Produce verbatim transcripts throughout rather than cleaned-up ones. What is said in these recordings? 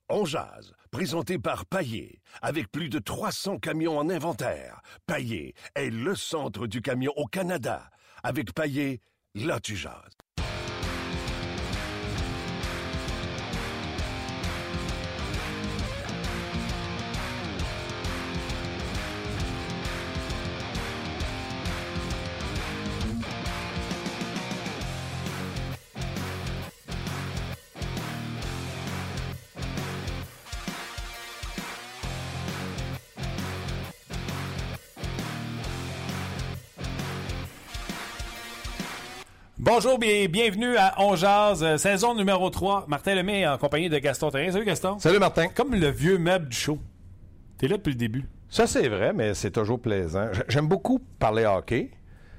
On jase, présenté par Paillé, avec plus de trois cents camions en inventaire. Paillé est le centre du camion au Canada. Avec Paillé, là tu jases. Bonjour et bienvenue à On Jase, euh, saison numéro trois. Martin Lemay en compagnie de Gaston Terrien. Salut Gaston. Salut Martin. Comme le vieux meuble du show. T'es là depuis le début. Ça c'est vrai, mais c'est toujours plaisant. J'aime beaucoup parler hockey.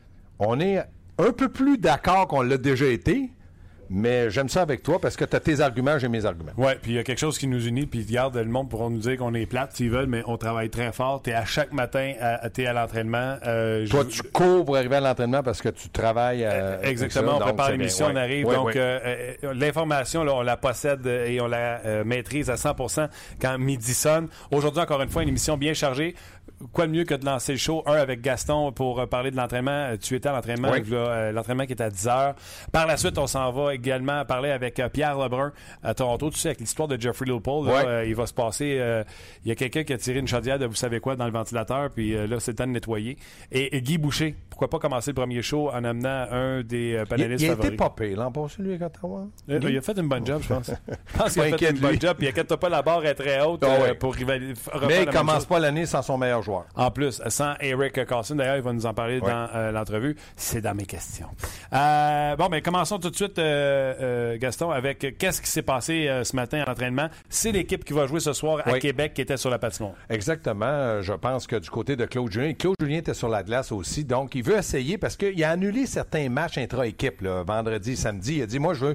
On est un peu plus d'accord qu'on l'a déjà été, mais j'aime ça avec toi parce que tu as tes arguments, j'ai mes arguments. Ouais, puis il y a quelque chose qui nous unit, puis regarde, le monde pourra nous dire qu'on est plate s'ils veulent, mais on travaille très fort. T'es à chaque matin, à, t'es à l'entraînement. Euh, Toi, je... tu cours pour arriver à l'entraînement parce que tu travailles. Euh, Exactement, ça, on prépare donc, l'émission, ouais. on arrive. Ouais, donc, ouais. Euh, euh, l'information, là, on la possède et on la euh, maîtrise à cent pour cent quand midi sonne. Aujourd'hui, encore une fois, une émission bien chargée. Quoi de mieux que de lancer le show? Un, avec Gaston pour euh, parler de l'entraînement. Tu étais à l'entraînement, Oui. là, euh, l'entraînement qui est à dix heures. Par la suite, on s'en va également parler avec euh, Pierre Lebrun à Toronto. Tu sais, avec l'histoire de Jeffrey Lupul, là, Oui. euh, il va se passer... Euh, il y a quelqu'un qui a tiré une chaudière de vous savez quoi dans le ventilateur, puis euh, là, c'est le temps de nettoyer. Et, et Guy Boucher, pourquoi pas commencer le premier show en amenant un des euh, panélistes il, il favoris? Il était pas pire l'an passé, lui, à Ottawa. Euh, il a fait une bonne job, je pense. Je pense qu'il a Pas fait une inquiète, bonne lui. job. Puis inquiète-toi pas, la barre est très haute Ah euh, ouais. pour rivaliser. Mais il commence pas l'année sans son meilleur joueur. En plus, sans Eric Carlson, d'ailleurs, il va nous en parler Ouais. dans euh, l'entrevue. C'est dans mes questions. Euh, bon, ben commençons tout de suite, euh, euh, Gaston, avec euh, qu'est-ce qui s'est passé euh, ce matin à l'entraînement. C'est l'équipe qui va jouer ce soir à Oui. Québec qui était sur la patinoire. Exactement. Euh, Je pense que du côté de Claude Julien, Claude Julien était sur la glace aussi, donc il veut essayer parce qu'il a annulé certains matchs intra-équipe, là, vendredi, samedi. Il a dit, moi, je veux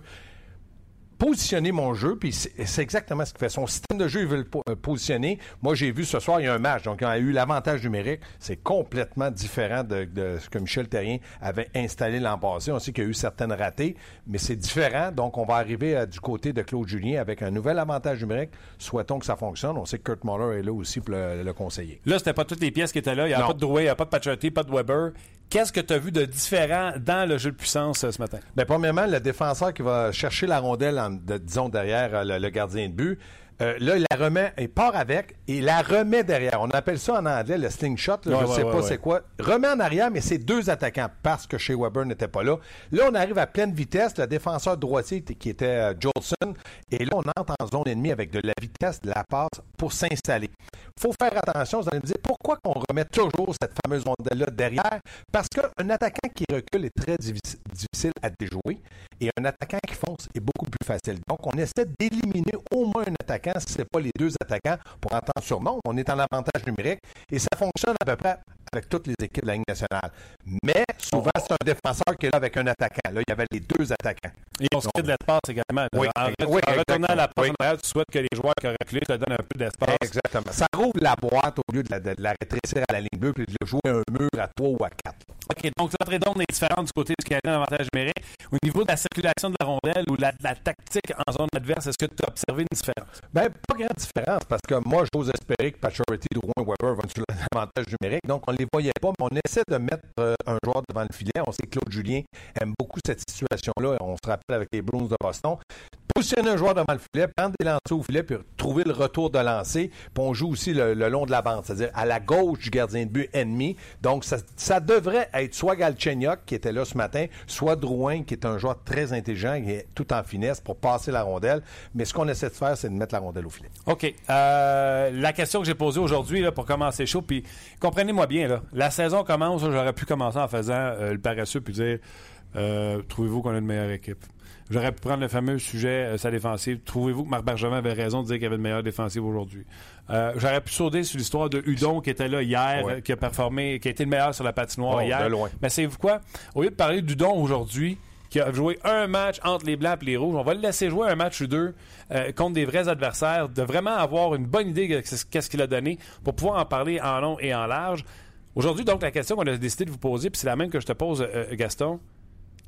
positionner mon jeu, puis c'est, c'est exactement ce qu'il fait. Son système de jeu, il veut le po- euh, positionner. Moi, j'ai vu ce soir, il y a un match, donc il a eu l'avantage numérique. C'est complètement différent de, de ce que Michel Terrien avait installé l'an passé. On sait qu'il y a eu certaines ratées, mais c'est différent. Donc, on va arriver euh, du côté de Claude Julien avec un nouvel avantage numérique. Souhaitons que ça fonctionne. On sait que Kurt Muller est là aussi pour le, le conseiller. Là, c'était pas toutes les pièces qui étaient là. Il n'y a Non. pas de Drouet, il n'y a pas de Pacioretty, pas de Weber. Qu'est-ce que tu as vu de différent dans le jeu de puissance euh, ce matin? Bien, premièrement, le défenseur qui va chercher la rondelle, en, de, disons, derrière euh, le, le gardien de but, euh, là, il la remet, il part avec et la remet derrière. On appelle ça en anglais le slingshot. Là, Ouais, je ne ouais, sais ouais, pas ouais. c'est quoi. Remet en arrière, mais c'est deux attaquants parce que Shea Weber n'était pas là. Là, on arrive à pleine vitesse. Le défenseur droitier qui était euh, Jolson. Et là, on entre en zone ennemie avec de la vitesse de la passe pour s'installer. Il faut faire attention. Vous allez me dire, pourquoi qu'on remet toujours cette fameuse rondelle-là derrière? Parce qu'un attaquant qui recule est très difficile, difficile à déjouer et un attaquant qui fonce est beaucoup plus facile. Donc, on essaie d'éliminer au moins un attaquant, si ce n'est pas les deux attaquants, pour entendre sur nom. On est en avantage numérique et ça fonctionne à peu près avec toutes les équipes de la Ligue nationale. Mais souvent, c'est un défenseur qui est là avec un attaquant. Là, il y avait les deux attaquants. Et on se crée de l'espace également. Oui, en, oui, en retournant à la passe oui. en arrière, tu souhaites que les joueurs qui ont reculé te donnent un peu d'espace. Exactement. Ça rouvre la boîte au lieu de la, de la rétrécir à la ligne bleue puis de jouer un mur à trois ou à quatre. OK, donc l'entrée d'onde est différente du côté du Canadien avantage numérique. Au niveau de la circulation de la rondelle ou de la, de la tactique en zone adverse, est-ce que tu as observé une différence? Bien, pas grande différence parce que moi, j'ose espérer que Pacioretty, Drouin, Weber vont sur l'avantage numérique. Donc, on ne les voyait pas, mais on essaie de mettre euh, un joueur devant le filet. On sait que Claude Julien aime beaucoup cette situation-là. On se rappelle avec les Bruins de Boston. Positionner un joueur devant le filet, prendre des lancers au filet, puis trouver le retour de lancer. Puis on joue aussi le, le long de la bande, c'est-à-dire à la gauche du gardien de but ennemi. Donc, ça, ça devrait être soit Galchenyuk, qui était là ce matin, soit Drouin, qui est un joueur très intelligent, qui est tout en finesse pour passer la rondelle. Mais ce qu'on essaie de faire, c'est de mettre la rondelle au filet. OK. Euh, la question que j'ai posée aujourd'hui là, pour commencer chaud, puis comprenez-moi bien, là, la saison commence, là, j'aurais pu commencer en faisant euh, le paresseux puis dire euh, trouvez-vous qu'on a une meilleure équipe? J'aurais pu prendre le fameux sujet, euh, sa défensive. Trouvez-vous que Marc Bergevin avait raison de dire qu'il y avait une meilleure défensive aujourd'hui? Euh, j'aurais pu sauter sur l'histoire de Hudon qui était là hier, Ouais. euh, qui a performé, qui a été le meilleur sur la patinoire Oh, hier. de loin. Mais savez-vous quoi? Au lieu de parler d'Hudon aujourd'hui, qui a joué un match entre les Blancs et les Rouges, on va le laisser jouer un match ou deux euh, contre des vrais adversaires, de vraiment avoir une bonne idée de qu'est-ce qu'il a donné pour pouvoir en parler en long et en large. Aujourd'hui, donc, la question qu'on a décidé de vous poser, puis c'est la même que je te pose, euh, Gaston.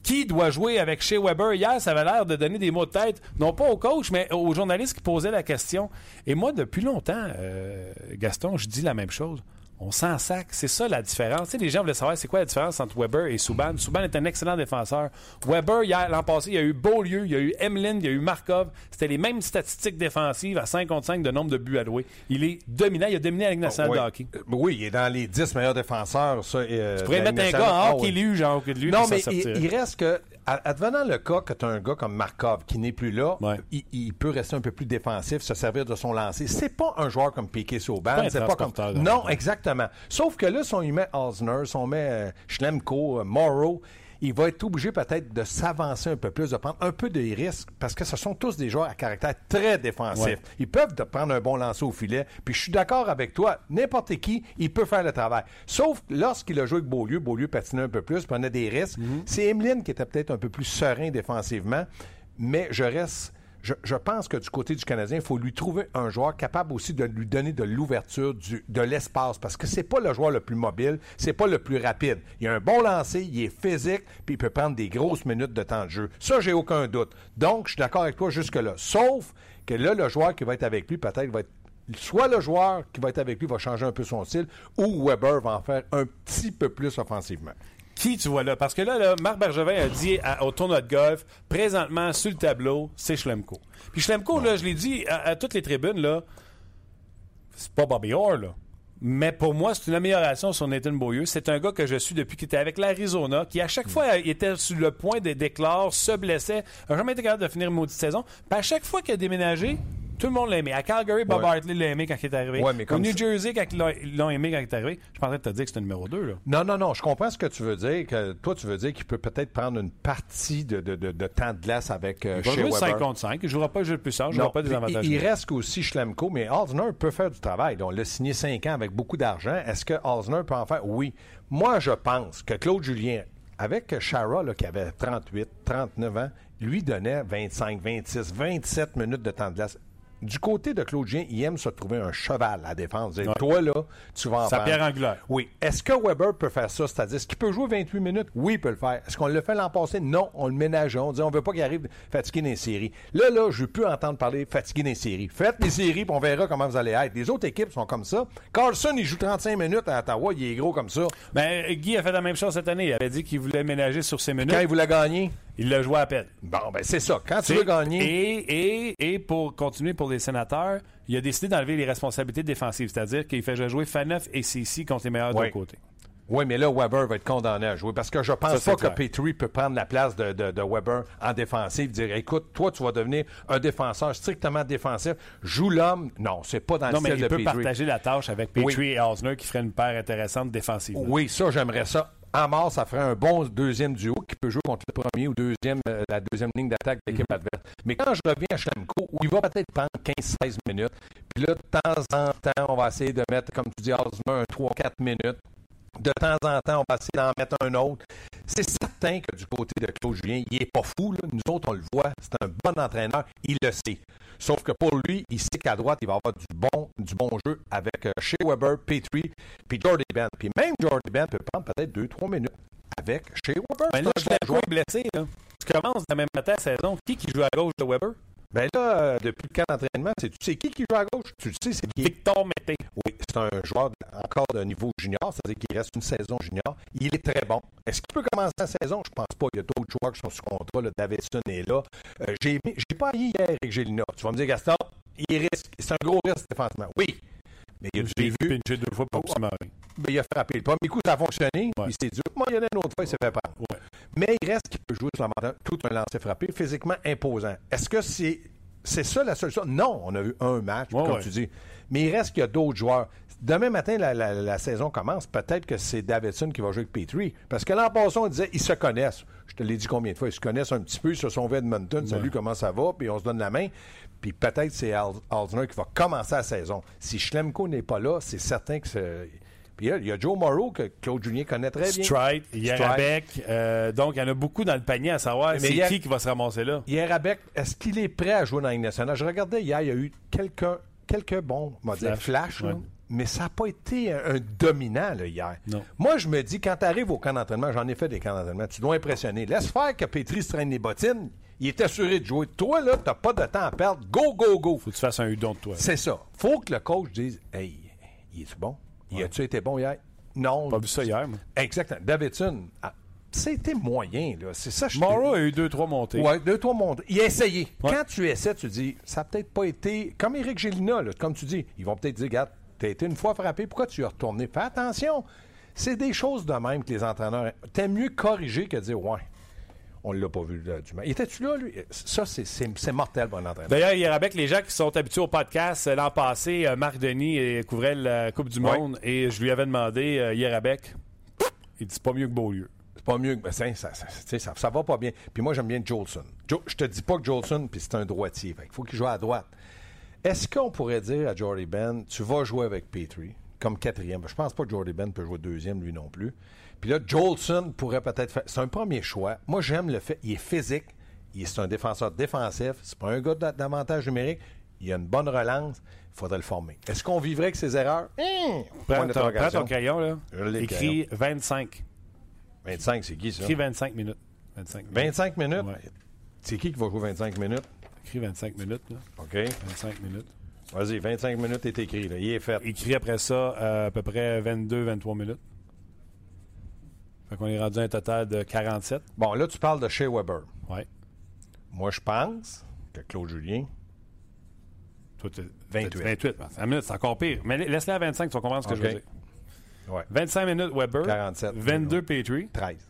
Qui doit jouer avec Shea Weber? Hier, ça avait l'air de donner des mots de tête, non pas au coach, mais aux journalistes qui posaient la question. Et moi, depuis longtemps, euh, Gaston, je dis la même chose. On s'en sac. C'est ça la différence. Tu sais, les gens voulaient savoir c'est quoi la différence entre Weber et Subban. Subban est un excellent défenseur. Weber, hier, l'an passé, il y a eu Beaulieu, il y a eu Emelin, il y a eu Markov. C'était les mêmes statistiques défensives à cinq contre cinq de nombre de buts alloués. Il est dominant. Il a dominé la Ligue nationale oh, oui. de hockey. Euh, oui, il est dans les dix meilleurs défenseurs. Ça, euh, tu pourrais mettre un gars en hockey lui, genre, que de lui. Non, mais il, il reste que, advenant le cas que tu as un gars comme Markov qui n'est plus là, ouais. il, il peut rester un peu plus défensif, se servir de son lancer. C'est pas un joueur comme Piquet Subban. C'est pas comme. Non, ouais. exactement. Sauf que là, si on y met Osner, si on met euh, Schlemko, euh, Morrow, il va être obligé peut-être de s'avancer un peu plus, de prendre un peu de risques, parce que ce sont tous des joueurs à caractère très défensif. Ouais. Ils peuvent te prendre un bon lancer au filet. Puis je suis d'accord avec toi, n'importe qui, il peut faire le travail. Sauf lorsqu'il a joué avec Beaulieu, Beaulieu patinait un peu plus, prenait des risques. Mm-hmm. C'est Emelin qui était peut-être un peu plus serein défensivement, mais je reste... Je, je pense que du côté du Canadien, il faut lui trouver un joueur capable aussi de lui donner de l'ouverture, du, de l'espace, parce que c'est pas le joueur le plus mobile, c'est pas le plus rapide. Il a un bon lancer, il est physique, puis il peut prendre des grosses minutes de temps de jeu. Ça, j'ai aucun doute. Donc, je suis d'accord avec toi jusque-là. Sauf que là, le joueur qui va être avec lui, peut-être va être soit le joueur qui va être avec lui va changer un peu son style, ou Weber va en faire un petit peu plus offensivement. Qui tu vois là? Parce que là, là Marc Bergevin a dit à, au tournoi de golf, présentement, sur le tableau, c'est Schlemko. Puis Schlemko, là, je l'ai dit à, à toutes les tribunes, là, c'est pas Bobby Orr, là. Mais pour moi, c'est une amélioration sur Nathan Beaulieu. C'est un gars que je suis depuis qu'il était avec l'Arizona, qui à chaque fois il était sur le point de d'éclore, se blessait, n'a jamais été capable de finir une maudite saison. Puis à chaque fois qu'il a déménagé, tout le monde l'a aimé. À Calgary, Bob ouais. Hartley l'a aimé quand il est arrivé. Ouais, Au New Jersey, quand ils l'ont aimé quand il est arrivé, je pensais te dire que c'était le numéro deux. Là. Non, non, non. Je comprends ce que tu veux dire. Que toi, tu veux dire qu'il peut peut-être prendre une partie de, de, de, de temps de glace avec euh, Shea Weber. Il va jouer cinq contre cinq. Il ne jouera pas le jeu de puissance. Il ne jouera pas des avantages. Il, il reste aussi Schlemko, mais Osner peut faire du travail. Donc, on l'a signé cinq ans avec beaucoup d'argent. Est-ce que Osner peut en faire? Oui. Moi, je pense que Claude Julien, avec Chara, là, qui avait trente-huit, trente-neuf ans, lui donnait vingt-cinq, vingt-six, vingt-sept minutes de temps de glace. Du côté de Claude Julien, il aime se trouver un cheval à la défense. Dire, ouais. Toi, là, tu vas en faire. Sa pierre angulaire. Oui. Est-ce que Weber peut faire ça? C'est-à-dire, est-ce qu'il peut jouer vingt-huit minutes? Oui, il peut le faire. Est-ce qu'on le fait l'an passé? Non, on le ménageait. On dit, on veut pas qu'il arrive fatigué dans les séries. Là, là, je veux plus entendre parler fatigué dans les séries. Faites les séries, puis on verra comment vous allez être. Les autres équipes sont comme ça. Carlson, il joue trente-cinq minutes à Ottawa, il est gros comme ça. Ben, Guy a fait la même chose cette année. Il avait dit qu'il voulait ménager sur ses minutes. Quand il voulait gagner? Il l'a joué à peine. Bon, ben c'est ça. Quand tu veux gagner... Et, et, et pour continuer pour les sénateurs, il a décidé d'enlever les responsabilités défensives. C'est-à-dire qu'il fait jouer Faneuf et Ceci contre les meilleurs oui. de l'autre côté. Oui, mais là, Weber va être condamné à jouer parce que je pense ça, pas que Petrie peut prendre la place de, de, de Weber en défensive, dire écoute, toi, tu vas devenir un défenseur strictement défensif, joue l'homme. Non, c'est pas dans non, le style de Petrie. Non, mais il peut partager la tâche avec Petrie oui. et Osner qui ferait une paire intéressante défensivement. Oui, ça, j'aimerais ça. En mars, ça ferait un bon deuxième duo qui peut jouer contre le premier ou deuxième, euh, la deuxième ligne d'attaque de l'équipe mm-hmm. adverse. Mais quand je reviens à Schlemko, où il va peut-être prendre quinze seize minutes, puis là, de temps en temps, on va essayer de mettre, comme tu dis, Osmer, un trois quatre minutes. De temps en temps, on va essayer d'en mettre un autre. C'est certain que du côté de Claude Julien, il n'est pas fou. Là. Nous autres, on le voit. C'est un bon entraîneur. Il le sait. Sauf que pour lui, il sait qu'à droite, il va avoir du bon, du bon jeu avec euh, Shea Weber, Petrie, puis Jordy Ben. Puis même Jordy Ben peut prendre peut-être deux trois minutes avec Shea Weber. Ben là, Schlemko est blessé. Là. Tu commences la même matin à la saison. Qui qui joue à gauche de Weber? Ben là, euh, depuis le camp d'entraînement, c'est, tu sais qui qui joue à gauche? Tu le sais, c'est qui? Victor Mété. Oui, c'est un joueur de, encore de niveau junior, c'est-à-dire qu'il reste une saison junior. Il est très bon. Est-ce qu'il peut commencer la saison? Je pense pas. Il y a d'autres joueurs qui sont sous contrat. Là, Davidson est là. Euh, j'ai, j'ai pas haï hier avec Gélina. Tu vas me dire, Gaston, il risque. C'est un gros risque défensivement. Oui. Mais il a j'ai vu pincher deux fois pour oh, ben, il a frappé le premier coup, ça a fonctionné. Ouais. Il s'est dit, moi, il y en a une autre fois, il s'est fait prendre. Ouais. Mais il reste qu'il peut jouer sur la tout un lancer frappé, physiquement imposant. Est-ce que c'est. C'est ça la solution? Non, on a eu un match, ouais, comme ouais. tu dis. Mais il reste qu'il y a d'autres joueurs. Demain matin, la, la, la saison commence. Peut-être que c'est Davidson qui va jouer avec Petrie. Parce que l'an passé, on disait, ils se connaissent. Je te l'ai dit combien de fois. Ils se connaissent un petit peu. Ils se sont vus à Edmonton. Ouais. Salut, comment ça va? Puis on se donne la main. Puis peut-être c'est Alzner qui va commencer la saison. Si Schlemko n'est pas là, c'est certain que c'est... Puis il y a Joe Morrow que Claude Julien connaît très bien. Stride, Yarabek. Euh, donc, il y en a beaucoup dans le panier à savoir mais c'est hier, qui qui va se ramasser là. Yarabek, est-ce qu'il est prêt à jouer dans la Ligue nationale? Je regardais hier, il y a eu quelques, quelques bons, on va dire, flash. Ouais. mais ça n'a pas été un, un dominant là, hier. Non. Moi, je me dis, quand tu arrives au camp d'entraînement, j'en ai fait des camps d'entraînement, tu dois impressionner. Laisse faire que Petrie se traîne les bottines. Il est assuré de jouer. Toi, là, tu n'as pas de temps à perdre. Go, go, go. Faut que tu fasses un udon de toi. C'est ça. Faut que le coach dise, hey, il est-tu bon? Il a-tu été bon hier? Non. Pas vu ça hier, moi. Exactement. Davidson, ah, c'était moyen, là. C'est ça, je Morrow a eu deux, trois montées. Oui, deux, trois montées. Il a essayé. Ouais. Quand tu essaies, tu dis, ça n'a peut-être pas été. Comme Éric Gélina, là, comme tu dis, ils vont peut-être dire, regarde, tu as été une fois frappé, pourquoi tu es retourné? Fais attention. C'est des choses de même que les entraîneurs. T'aimes mieux corriger que de dire, ouais, on ne l'a pas vu là, du match. Étais-tu là, lui? Ça, c'est, c'est, c'est mortel pour un entraîneur. D'ailleurs, hier, avec les gens qui sont habitués au podcast, l'an passé, Marc Denis couvrait la Coupe du Monde ouais. et je lui avais demandé, euh, hier avec, il dit, c'est pas mieux que Beaulieu. C'est pas mieux que. Ben, ça, ça, ça, ça, ça va pas bien. Puis moi, j'aime bien Jolson. Jo, je te dis pas que Jolson, puis c'est un droitier. Fait il faut qu'il joue à droite. Est-ce qu'on pourrait dire à Jordy Ben, tu vas jouer avec Petrie comme quatrième? Je pense pas que Jordy Ben peut jouer deuxième, lui non plus. Puis là, Jolson pourrait peut-être faire. C'est un premier choix. Moi, j'aime le fait. Il est physique. Il est, c'est un défenseur défensif. C'est pas un gars d'avantage numérique. Il a une bonne relance. Il faudrait le former. Est-ce qu'on vivrait avec ses erreurs? Hum, prends, ton, prends ton crayon, là. Écris crayon. vingt-cinq. vingt-cinq, c'est qui ça? Écris vingt-cinq minutes. vingt-cinq minutes. vingt-cinq minutes? Ouais. C'est qui qui va jouer vingt-cinq minutes? Écris vingt-cinq minutes, là. OK. vingt-cinq minutes. Vas-y, vingt-cinq minutes est écrit, là. Il est fait. Écrit après ça euh, à peu près vingt-deux vingt-trois minutes. Fait qu'on est rendu à un total de quarante-sept. Bon, là, tu parles de Shea Weber. Oui. Moi, je pense que Claude Julien. Toi, t'es vingt-huit. vingt-huit. cinq minutes, c'est encore pire. Mais laisse-le à vingt-cinq, tu vas comprendre ce que okay. je veux dire. Ouais. vingt-cinq minutes Weber. quarante-sept. vingt-deux Petrie. treize.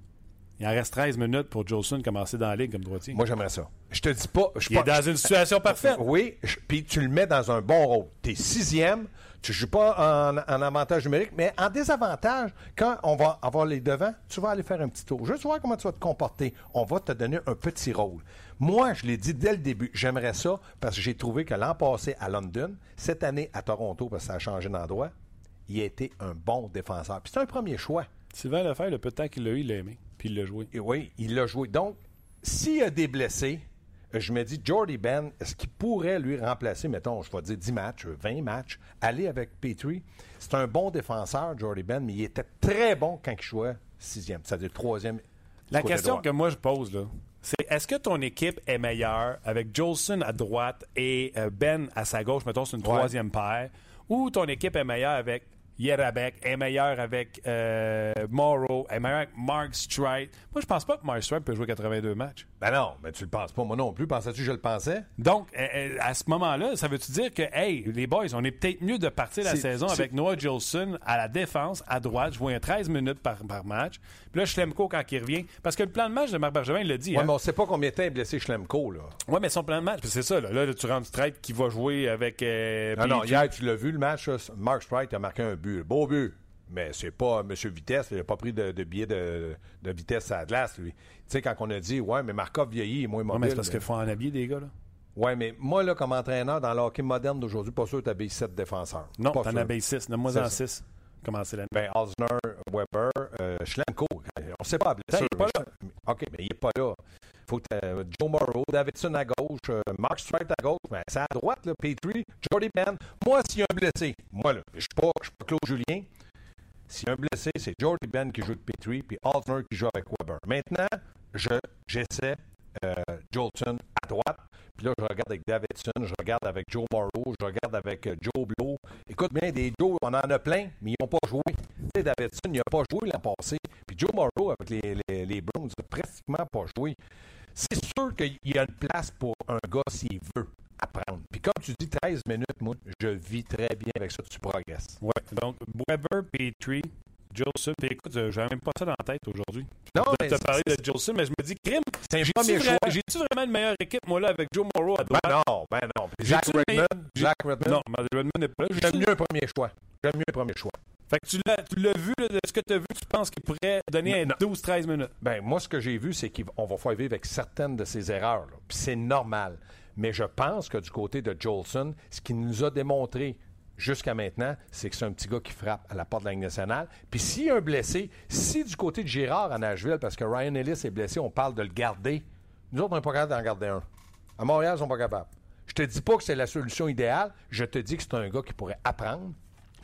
Il en reste treize minutes pour Jolson de commencer dans la ligue comme droitier. Moi, j'aimerais ça. Je te dis pas. Je Il est pas, dans je, une situation parfaite. Oui, puis tu le mets dans un bon rôle. Tu es sixième, tu ne joues pas en, en avantage numérique, mais en désavantage, quand on va avoir les devants, tu vas aller faire un petit tour. Juste voir comment tu vas te comporter. On va te donner un petit rôle. Moi, je l'ai dit dès le début, j'aimerais ça parce que j'ai trouvé que l'an passé à London, cette année à Toronto, parce que ça a changé d'endroit, il a été un bon défenseur. Puis c'est un premier choix. Sylvain Lefebvre, le peu de temps qu'il l'a eu, il l'a aimé. Puis il l'a joué. Et oui, il l'a joué. Donc, s'il y a des blessés, je me dis, Jordy Ben, est-ce qu'il pourrait lui remplacer, mettons, je vais dire dix matchs, vingt matchs, aller avec Petrie? C'est un bon défenseur, Jordy Ben, mais il était très bon quand il jouait sixième, c'est-à-dire troisième. La question droit. que moi je pose, là, c'est est-ce que ton équipe est meilleure avec Jolson à droite et euh, Ben à sa gauche, mettons, c'est une ouais. troisième paire, ou ton équipe est meilleure avec Yerabek, est meilleur avec euh, Morrow, est meilleur avec Mark Streit. Moi, je pense pas que Mark Streit peut jouer quatre-vingt-deux matchs. Ben non, ben tu le penses pas. Moi non plus. Pensais-tu que je le pensais? Donc, euh, à ce moment-là, ça veut-tu dire que, hey, les boys, on est peut-être mieux de partir la c'est, saison c'est... avec Noah Jolson à la défense, à droite, jouer treize minutes par, par match. Puis là, Schlemko, quand il revient, parce que le plan de match de Marc Bergevin, il l'a dit. Oui, hein? mais on sait pas combien de temps est blessé Schlemko, là. Oui, mais son plan de match, c'est ça, là. Là, tu rentres Streit qui va jouer avec. Euh, non, non, hier, tu l'as vu, le match, là, Mark Streit a marqué un but. Beau but. Mais c'est pas M. Vitesse, il n'a pas pris de, de billet de, de vitesse à la glace, lui. Tu sais, quand on a dit, ouais, mais Markov vieillit, il est moins mobile. Ouais, mais c'est parce mais... qu'il faut en habiller des gars, là. Ouais, mais moi, là, comme entraîneur, dans le hockey moderne d'aujourd'hui, pas sûr que tu habilles sept défenseurs. Non, pas t'en habilles six. Donne-moi en six. Comment c'est l'année? Ben, Osner, Weber, euh, Schlemko. On ne sait pas. Il n'est pas là. OK, mais il n'est pas là. Faut que euh, Joe Morrow, Davidson à gauche, euh, Mark Streit à gauche, ben, c'est à droite, là, Petrie, Jordy Ben. Moi, s'il y a un blessé, moi, là, je ne suis pas, pas Claude Julien. S'il y a un blessé, c'est Jordy Ben qui joue avec Petrie, puis Altner qui joue avec Weber. Maintenant, je, j'essaie euh, Jolson à droite, puis là, je regarde avec Davidson, je regarde avec Joe Morrow, je regarde avec euh, Joe Blow. Écoute bien, des Joe, on en a plein, mais ils n'ont pas joué. Tu sais, Davidson, il n'a pas joué l'an passé. Puis Joe Morrow, avec les, les, les Browns, n'a pratiquement pas joué. C'est sûr qu'il y a une place pour un gars s'il veut apprendre. Puis comme tu dis, treize minutes, moi, je vis très bien avec ça, tu progresses. Oui, donc Weber, Petrie, Jolson, puis écoute, je n'avais même pas ça dans la tête aujourd'hui. Non, je mais te parler de Jolson, mais je me dis, crime, c'est un j'ai-tu, premier vra- choix. j'ai-tu vraiment une meilleure équipe, moi, là, avec Joe Morrow à droite? Ben non, ben non. Jack Redmond, Jack Redmond. Non, mais Redmond n'est pas là. J'aime mieux un premier choix. J'aime mieux un premier choix. Fait que tu l'as, tu l'as vu, là, de ce que tu as vu, tu penses qu'il pourrait donner douze treize minutes? Ben moi, ce que j'ai vu, c'est qu'on va faire vivre avec certaines de ses erreurs. Là. Puis c'est normal. Mais je pense que du côté de Jolson, ce qu'il nous a démontré jusqu'à maintenant, c'est que c'est un petit gars qui frappe à la porte de la Ligue nationale. Puis s'il y a un blessé, si du côté de Girard à Nashville, parce que Ryan Ellis est blessé, on parle de le garder, nous autres, on n'est pas capable d'en garder un. À Montréal, ils ne sont pas capables. Je te dis pas que c'est la solution idéale, je te dis que c'est un gars qui pourrait apprendre,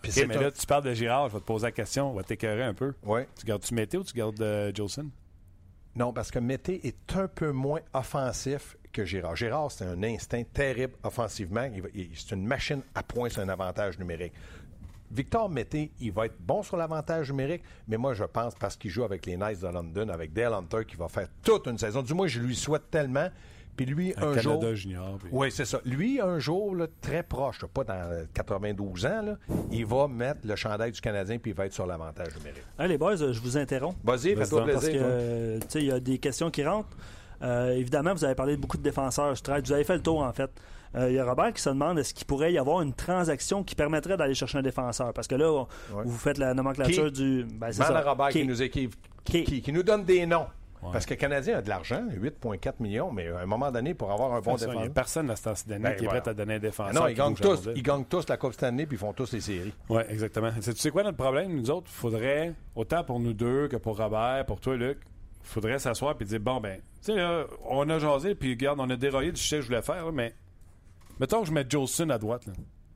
Puis OK, c'est mais un... là, tu parles de Girard. Je vais te poser la question. On va t'écœurer un peu. Oui. Tu gardes-tu Mété ou tu gardes euh, Jolson? Non, parce que Mété est un peu moins offensif que Girard. Girard, c'est un instinct terrible offensivement. Il va, il, c'est une machine à points sur un avantage numérique. Victor Mété, il va être bon sur l'avantage numérique, mais moi, je pense, parce qu'il joue avec les Knights de London, avec Dale Hunter, qui va faire toute une saison. Du moins, je lui souhaite tellement. Puis lui, un, un Canada jour... junior. Puis... Oui, c'est ça. Lui, un jour, là, très proche, là, pas dans quatre-vingt-douze ans, là, il va mettre le chandail du Canadien puis il va être sur l'avantage numérique. Hey, les boys, je vous interromps. Vas-y, fais-toi plaisir. Parce que, tu sais, il y a des questions qui rentrent. Euh, évidemment, vous avez parlé de beaucoup de défenseurs. Je traite, vous avez fait le tour, en fait. Il euh, y a Robert qui se demande est-ce qu'il pourrait y avoir une transaction qui permettrait d'aller chercher un défenseur. Parce que là, on, ouais. vous faites la nomenclature qui? du... Ben, c'est ça. Robert qui, qui nous écrive, qui? Qui, qui nous donne des noms. Ouais. Parce que le Canadien a de l'argent, huit virgule quatre millions, mais à un moment donné, pour avoir un bon défenseur... Il n'y a personne à ce temps-ci d'année ben, qui voilà. est prêt à donner un défenseur. Non, ils gagnent, tous, ils gagnent tous la Coupe Stanley puis ils font tous les séries. Oui, exactement. Tu sais quoi notre problème? Nous autres, il faudrait, autant pour nous deux que pour Robert, pour toi, Luc, il faudrait s'asseoir et dire, bon, ben, tu sais, là, on a jasé, puis regarde, on a déraillé du sujet que je voulais faire, là, mais mettons que je mets Jolson à droite. Là.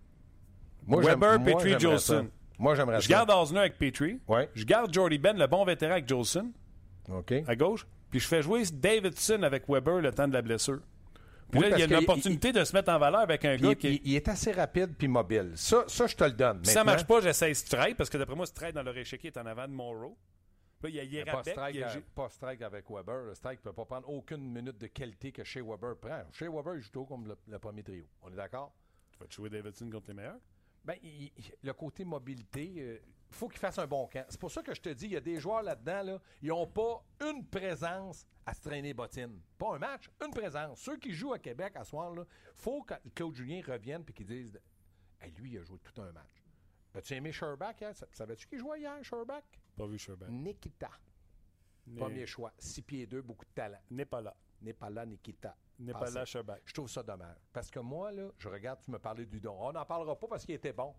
Moi, Weber, Petrie, Jolson. Moi, j'aimerais Je garde Osner avec Petrie. Ouais. Je garde Jordy Ben, le bon vétéran, avec Jolson. OK. À gauche. Puis je fais jouer Davidson avec Weber le temps de la blessure. Puis oui, là, il y a une opportunité il, de se mettre en valeur avec un gars il, qui est... Il, il est assez rapide puis mobile. Ça, ça je te le donne. Si ça marche pas, j'essaie Strike, parce que d'après moi, Strike dans le échiquier est en avant de Morrow. Là, il y a Yerabek. Pas, a... pas Strike avec Weber. Le Strike ne peut pas prendre aucune minute de qualité que Shea Weber prend. Shea Weber, il joue tout comme le, le premier trio. On est d'accord? Tu vas te jouer Davidson contre les meilleurs? Bien, il, il, le côté mobilité... Euh... Il faut qu'il fasse un bon camp. C'est pour ça que je te dis, il y a des joueurs là-dedans, là, ils n'ont pas une présence à se traîner bottine. Pas un match, une présence. Ceux qui jouent à Québec à ce soir, il faut que Claude Julien revienne et qu'il dise hey, lui, il a joué tout un match. As-tu aimé Sherbak hier? Savais-tu qu'il jouait hier, Sherbak? Pas vu Sherbak. Nikita. Né... Premier choix. six pieds deux, beaucoup de talent. N'est pas là. N'est pas là, Nikita. N'est pas là, Sherbak. Je trouve ça dommage. Parce que moi, là, je regarde, tu me parlais du don. On n'en parlera pas parce qu'il était bon.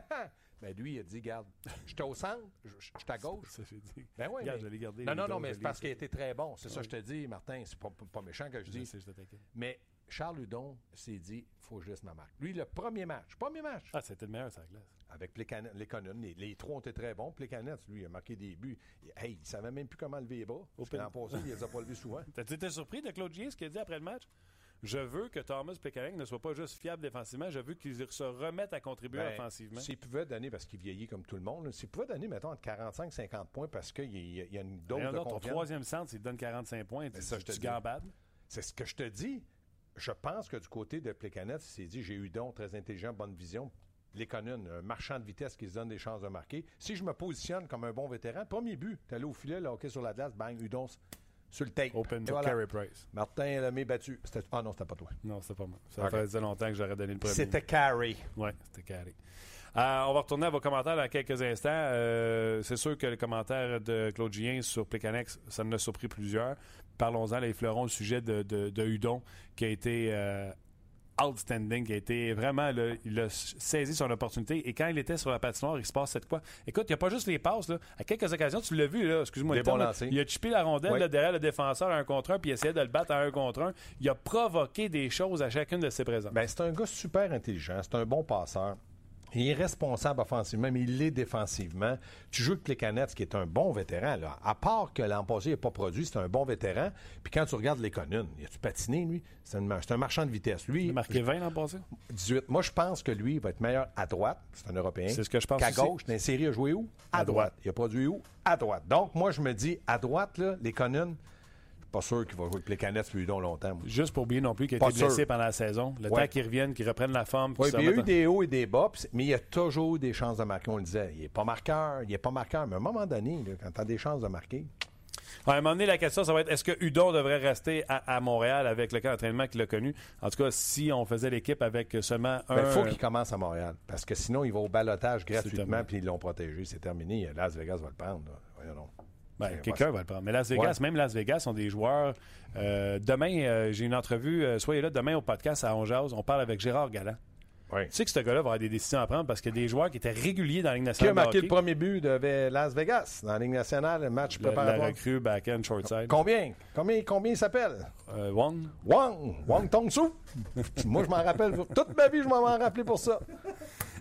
Mais lui, il a dit, garde, j'étais au centre, j'étais à gauche. Ça, ça dit. Ben oui. Regarde, mais... je l'ai gardé. Non, non, non, mais c'est parce qu'il a été très bon. C'est ouais. ça que je te dis, Martin. C'est pas, pas méchant que je dis. Je sais, je mais Charles Hudon s'est dit, il faut que je laisse ma marque. Lui, le premier match, premier match. Ah, c'était le meilleur sur la glace. Avec Plekanec, les Conan, les, les trois ont été très bons. Plekanec, lui, il a marqué des buts. Hey, il savait même plus comment lever les bras. Parce que l'an passé, il les a pas levés souvent. T'as été surpris de Claude Julien, ce qu'il a dit après le match? Je veux que Thomas Plekanec ne soit pas juste fiable défensivement, je veux qu'il se remette à contribuer ben, offensivement. S'il pouvait donner, parce qu'il vieillit comme tout le monde, s'il pouvait donner, mettons, entre quarante-cinq et cinquante points parce qu'il y, y a une dose de non, confiance. Ton troisième centre, s'il donne quarante-cinq points, tu, ça, tu gambades. C'est ce que je te dis. Je pense que du côté de Plekanec, il s'est dit, j'ai eu don, très intelligent, bonne vision. Lekonen, un marchand de vitesse qui se donne des chances de marquer. Si je me positionne comme un bon vétéran, premier but, t'es allé au filet, le hockey sur la glace, bang, Hudon sur le tape. Open to voilà. Carey Price. Martin Lemay battu. C'était... Ah non, c'était pas toi. Non, c'était pas moi. Ça okay. faisait longtemps que j'aurais donné le premier. C'était Carey. Oui, c'était Carey. Euh, on va retourner à vos commentaires dans quelques instants. Euh, c'est sûr que le commentaire de Claude Julien sur Plekanec, ça en a surpris plusieurs. Parlons-en, là, effleurons le sujet de, de, de Hudon qui a été euh, outstanding, qui a été vraiment, là, il a saisi son opportunité. Et quand il était sur la patinoire, il se passe cette quoi? Écoute, il n'y a pas juste les passes. Là. À quelques occasions, tu l'as vu, là, excuse-moi, le temps, là, il a chippé la rondelle oui. là, derrière le défenseur à un contre un, puis il essayait de le battre à un contre un. Il a provoqué des choses à chacune de ses présences. Ben, c'est un gars super intelligent, c'est un bon passeur. Il est responsable offensivement, mais il l'est défensivement. Tu joues avec Plekanec, qui est un bon vétéran. Là. À part que l'an passé, il n'a pas produit, c'est un bon vétéran. Puis quand tu regardes les Conan, il a-tu patiné, lui? C'est un, c'est un marchand de vitesse. Lui, il a marqué vingt l'an passé? dix-huit. Moi, je pense que lui, il va être meilleur à droite. C'est un Européen. C'est ce que je pense qu'à aussi. gauche, dans les séries, il a joué où? À, à droite. droite. Il a produit où? À droite. Donc, moi, je me dis, à droite, là, les Conan... Pas sûr qu'il va jouer avec Plekanec plus longtemps. Moi. Juste pour oublier non plus qu'il a pas été sûr. blessé pendant la saison. Le ouais. temps qu'il revienne, qu'il reprenne la forme. Oui, il y a eu des hauts et des bas, mais il y a toujours eu des chances de marquer. On le disait, il n'est pas marqueur, il n'est pas marqueur. Mais à un moment donné, là, quand tu as des chances de marquer... Ouais, à un moment donné, la question, ça va être est-ce que Hudon devrait rester à, à Montréal avec le camp d'entraînement qu'il a connu? En tout cas, si on faisait l'équipe avec seulement un... Il faut qu'il commence à Montréal, parce que sinon, il va au balotage gratuitement, puis ils l'ont protégé. C'est terminé. Las Vegas va le prendre. Là. Voyons donc. Ben, quelqu'un va le prendre. Mais Las Vegas, ouais. même Las Vegas sont des joueurs. Euh, demain, euh, j'ai une entrevue. Euh, soyez là demain au podcast à On Jase. On parle avec Gérard Galland. Ouais. Tu sais que ce gars-là va avoir des décisions à prendre parce qu'il y a des joueurs qui étaient réguliers dans la Ligue nationale. Qui a marqué le premier but de Las Vegas dans la Ligue nationale, le match le, préparatoire? La recrue, back-end, short-side. Combien? Combien, combien il s'appelle? Euh, Wong. Wong. Wong Tong-Soo. Moi, je m'en rappelle. Toute ma vie, je m'en rappelé pour ça.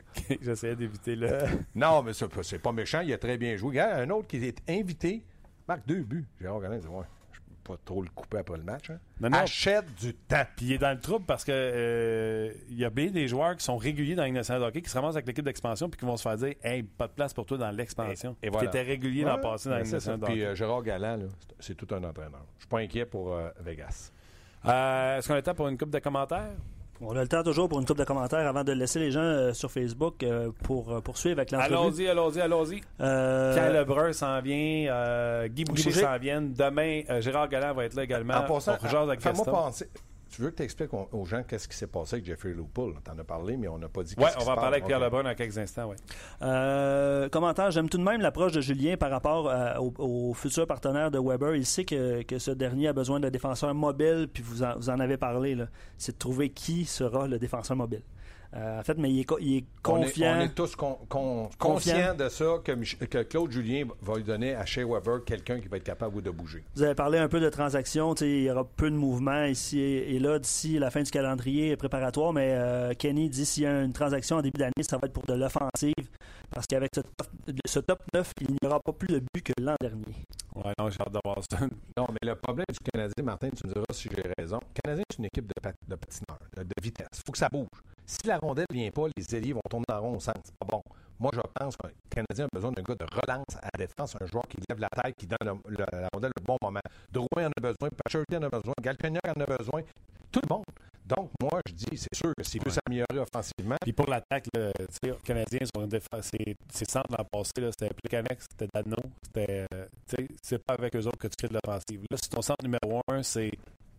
J'essayais d'éviter le... Euh, non, mais c'est, c'est pas méchant. Il a très bien joué. Regarde, un autre qui est invité, marque deux buts. Gérard Gallin dit, ouais, je peux pas trop le couper après le match. Hein. Non, non. Achète du temps. Puis il est dans le trouble parce que euh, il y a bien des joueurs qui sont réguliers dans la Ligue nationale de hockey qui se ramassent avec l'équipe d'expansion puis qui vont se faire dire « Hey, pas de place pour toi dans l'expansion. » Et, et voilà. Tu étais régulier ouais, dans le passé dans la Ligue nationale de hockey. Puis euh, Gérard Galland, là, c'est, c'est tout un entraîneur. Je suis pas inquiet pour euh, Vegas. Euh, est-ce qu'on a le temps pour une couple de commentaires? On a le temps toujours pour une couple de commentaires avant de laisser les gens euh, sur Facebook euh, pour euh, poursuivre avec l'entrevue. Allons-y, allons-y, allons-y. Euh... Pierre Lebrun s'en vient, euh, Guy Boucher, Boucher. s'en vient. Demain, euh, Gérard Galland va être là également. En passant, on jase avec fais-moi Gaston. penser. Tu veux que tu expliques aux gens qu'est-ce qui s'est passé avec Jeffrey Lupul? Tu en as parlé, mais on n'a pas dit Oui, qu'est-ce on qui va en se parler avec passe. Pierre Okay. Lebrun dans quelques instants. Ouais. Euh, commentaire, j'aime tout de même l'approche de Julien par rapport euh, au, au futur partenaire de Weber. Il sait que, que ce dernier a besoin d'un défenseur mobile, puis vous en, vous en avez parlé. Là. C'est de trouver qui sera le défenseur mobile. Euh, en fait, mais il est, il est confiant. On est, on est tous con, con, Confiant. conscients de ça, que, Mich- que Claude Julien va lui donner à Shea Weber quelqu'un qui va être capable de bouger. Vous avez parlé un peu de transactions. Il y aura peu de mouvements ici et là d'ici la fin du calendrier préparatoire, mais euh, Kenny dit s'il y a une transaction en début d'année, ça va être pour de l'offensive. Parce qu'avec ce top, ce top neuf, il n'y aura pas plus de buts que l'an dernier. Ouais, non, j'ai hâte de voir ça. Non, mais le problème du Canadien, Martin, tu me diras si j'ai raison. Le Canadien, c'est une équipe de, pat- de patineurs, de, de vitesse. Il faut que ça bouge. Si la rondelle ne vient pas, les ailiers vont tourner en rond au centre. C'est pas bon. Moi, je pense que le Canadien a besoin d'un gars de relance à la défense, un joueur qui lève la tête, qui donne le, le, la rondelle au bon moment. Drouin en a besoin, Pacioretty en a besoin, Galchenyuk en a besoin. Tout le monde. Donc, moi, je dis, c'est sûr que s'il veut s'améliorer offensivement. Puis pour l'attaque, là, tu sais, les Canadiens, sont une défense, c'est, c'est centre l'an passé, là, c'était Plekanec, c'était Dano, c'était, euh, tu sais, c'est pas avec eux autres que tu crées de l'offensive. Là, si ton centre numéro un, c'est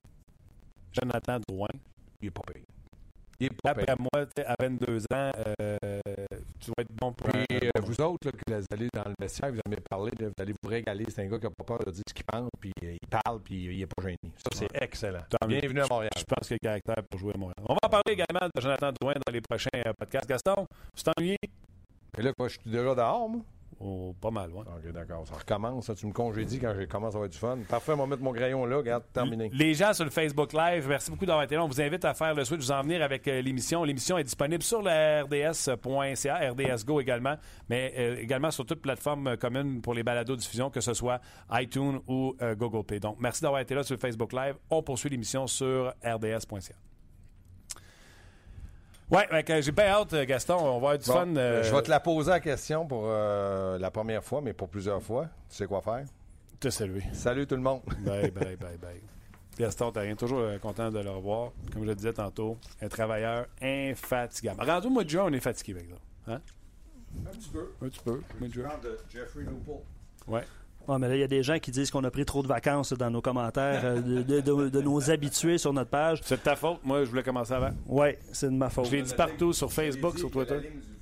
Jonathan Drouin. Il n'est pas payé. Il est pas payé. Après moi, tu sais, à vingt-deux ans, euh, tu vas être bon pour... Puis, un, euh, vous autres, là, que vous allez dans le vestiaire, vous avez parlé, là, vous allez vous régaler. C'est un gars qui n'a pas peur de dire ce qu'il pense, puis euh, il parle, puis il n'est pas gêné. Ça, c'est Ouais. excellent. Tant mieux. Bienvenue à Montréal. Je pense qu'il y a le caractère pour jouer à Montréal. On va en parler également de Jonathan Drouin dans les prochains euh, podcasts. Gaston, tu t'ennuies? Et là, quoi, je suis déjà dehors, moi? Oh, pas mal, ouais. OK, d'accord. Ça recommence. Ça, tu me congédies quand je commence à avoir du fun. Parfait, on va mettre mon crayon là. Regarde, terminé. Les gens sur le Facebook Live, merci beaucoup d'avoir été là. On vous invite à faire le switch, vous en venir avec euh, l'émission. L'émission est disponible sur le R D S point C A, R D S Go également, mais euh, également sur toute plateforme euh, commune pour les balados-diffusion, que ce soit iTunes ou euh, Google Play. Donc, merci d'avoir été là sur le Facebook Live. On poursuit l'émission sur R D S point C A. Ouais, ouais, j'ai bien hâte, Gaston. On va avoir du Bon, fun. Euh... Je vais te la poser la question pour euh, la première fois, mais pour plusieurs fois. Tu sais quoi faire? Te saluer. Salut tout le monde. Bye, bye, bye, bye. Gaston, t'as rien. Toujours euh, content de le revoir. Comme je le disais tantôt, un travailleur infatigable. Rendu au mois de juin, on est fatigué, par exemple. Hein? Un petit peu. Un petit peu. Mois de juin. de Jeffrey Lupul. Ouais. Ouais, mais là, il y a des gens qui disent qu'on a pris trop de vacances dans nos commentaires euh, de, de, de, de nos habitués sur notre page. C'est de ta faute. Moi, je voulais commencer avant. Oui, c'est de ma faute. Je l'ai dit partout sur Facebook, sur Twitter.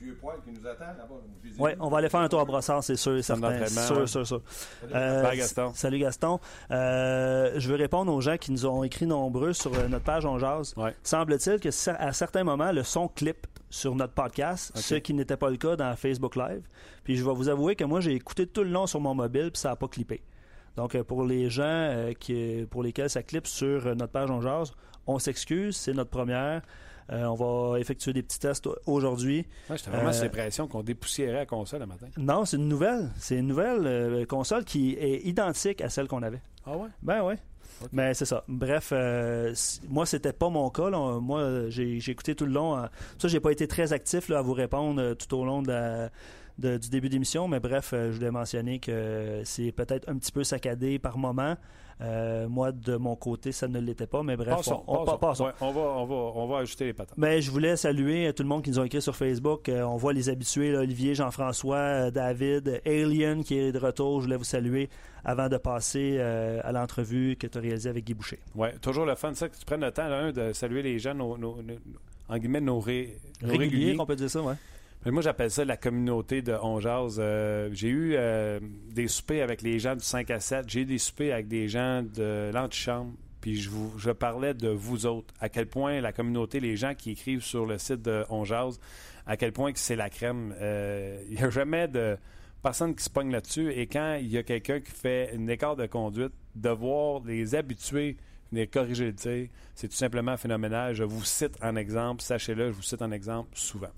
Oui, on va aller faire un tour à Brossard, c'est sûr et certain. d'entraînement, Sûr, ouais. sûr, sûr. Euh, Bye, Gaston. Salut Gaston. Euh, je veux répondre aux gens qui nous ont écrit nombreux sur euh, notre page On Jase. Ouais. Semble-t-il que cer- à certains moments, le son clip sur notre podcast, Ok. ce qui n'était pas le cas dans Facebook Live. Puis je vais vous avouer que moi, j'ai écouté tout le long sur mon mobile, puis ça n'a pas clippé. Donc, euh, pour les gens euh, qui, pour lesquels ça clippe sur euh, notre page On Jase, on s'excuse, c'est notre première. Euh, on va effectuer des petits tests aujourd'hui. Ouais, j'étais vraiment Euh, sur l'impression qu'on dépoussiérait la console le matin. Non, c'est une nouvelle. C'est une nouvelle euh, console qui est identique à celle qu'on avait. Ah ouais? Ben oui. Ok. Mais c'est ça. Bref, euh, c- moi, c'était pas mon cas. là. Moi, j'ai, j'ai écouté tout le long. hein. Ça, j'ai pas été très actif là, à vous répondre euh, tout au long de la- de- du début d'émission. Mais bref, euh, je voulais mentionner que c'est peut-être un petit peu saccadé par moment. Euh, moi, de mon côté, ça ne l'était pas. Mais bref, Passons, on, on, passons. passons. Ouais, on, va, on, va, on va ajouter les patates. Mais je voulais saluer tout le monde qui nous a écrit sur Facebook. Euh, on voit les habitués, là, Olivier, Jean-François, euh, David, Alien qui est de retour. Je voulais vous saluer avant de passer euh, à l'entrevue que tu as réalisée avec Guy Boucher. Ouais, toujours le fun, ça, que tu prennes le temps, là, de saluer les gens, nos, nos, nos- en guillemets, nos, ré- nos Régulier, réguliers. qu'on peut dire ça, ouais. Mais moi, j'appelle ça la communauté de On Jase. Euh, j'ai eu euh, des soupers avec les gens du cinq à sept. J'ai eu des soupers avec des gens de l'antichambre. Puis je, vous, je parlais de vous autres. À quel point la communauté, les gens qui écrivent sur le site de On Jase, à quel point que c'est la crème. Euh, Il n'y a jamais de personne qui se pogne là-dessus. Et quand il y a quelqu'un qui fait un écart de conduite, de voir les habitués venir corriger le tir, c'est tout simplement phénoménal. Je vous cite en exemple. Sachez-le, je vous cite en exemple souvent.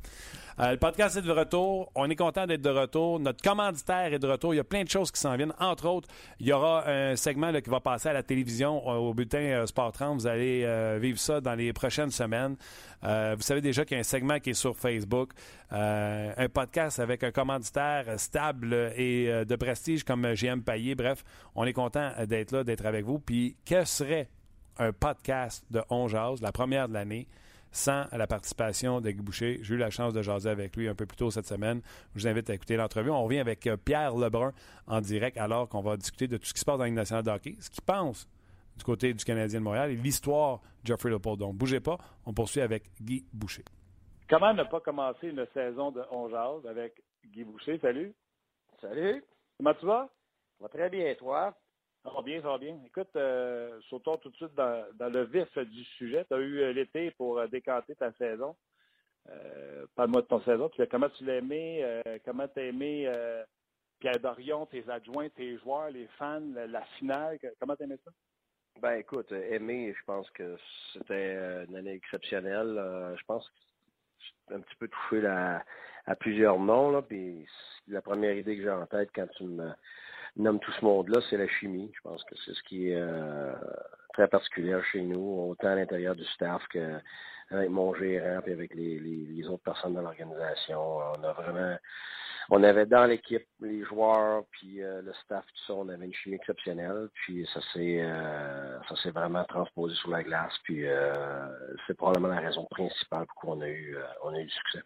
Euh, le podcast est de retour. On est content d'être de retour. Notre commanditaire est de retour. Il y a plein de choses qui s'en viennent. Entre autres, il y aura un segment là, qui va passer à la télévision euh, au bulletin euh, Sport trente. Vous allez euh, vivre ça dans les prochaines semaines. Euh, vous savez déjà qu'il y a un segment qui est sur Facebook. Euh, un podcast avec un commanditaire stable et euh, de prestige comme G M Payet. Bref, on est content d'être là, d'être avec vous. Puis, que serait un podcast de On Jase, la première de l'année, sans la participation de Guy Boucher? J'ai eu la chance de jaser avec lui un peu plus tôt cette semaine. Je vous invite à écouter l'entrevue. On revient avec Pierre Lebrun en direct alors qu'on va discuter de tout ce qui se passe dans la Ligue nationale de hockey, ce qu'il pense du côté du Canadien de Montréal et l'histoire de Jeffrey Leopold. Donc, bougez pas. On poursuit avec Guy Boucher. Comment ne pas commencer une saison de On Jase avec Guy Boucher? Salut. Salut. Comment tu vas? Ça va très bien, toi? Ça va bien, ça va bien. Écoute, euh, sautons tout de suite dans, dans le vif du sujet. Tu as eu euh, l'été pour euh, décanter ta saison. Euh, Parle-moi de ton saison. Puis, comment tu l'as aimé? Euh, comment tu as aimé euh, Pierre Dorion, tes adjoints, tes joueurs, les fans, la, la finale? Comment tu as aimé ça? Ben écoute, aimé, je pense que c'était une année exceptionnelle. Euh, je pense que j'ai un petit peu touché la, à plusieurs noms. Là, puis la première idée que j'ai en tête quand tu me nommes tout ce monde-là, c'est la chimie. Je pense que c'est ce qui est euh, très particulier chez nous, autant à l'intérieur du staff que avec mon gérant et avec les, les, les autres personnes de l'organisation. On a vraiment, on avait dans l'équipe les joueurs puis euh, le staff, tout ça, on avait une chimie exceptionnelle. Puis ça s'est, euh, ça s'est vraiment transposé sur la glace. Puis euh, c'est probablement la raison principale pour qu'on a eu, euh, on a eu du succès.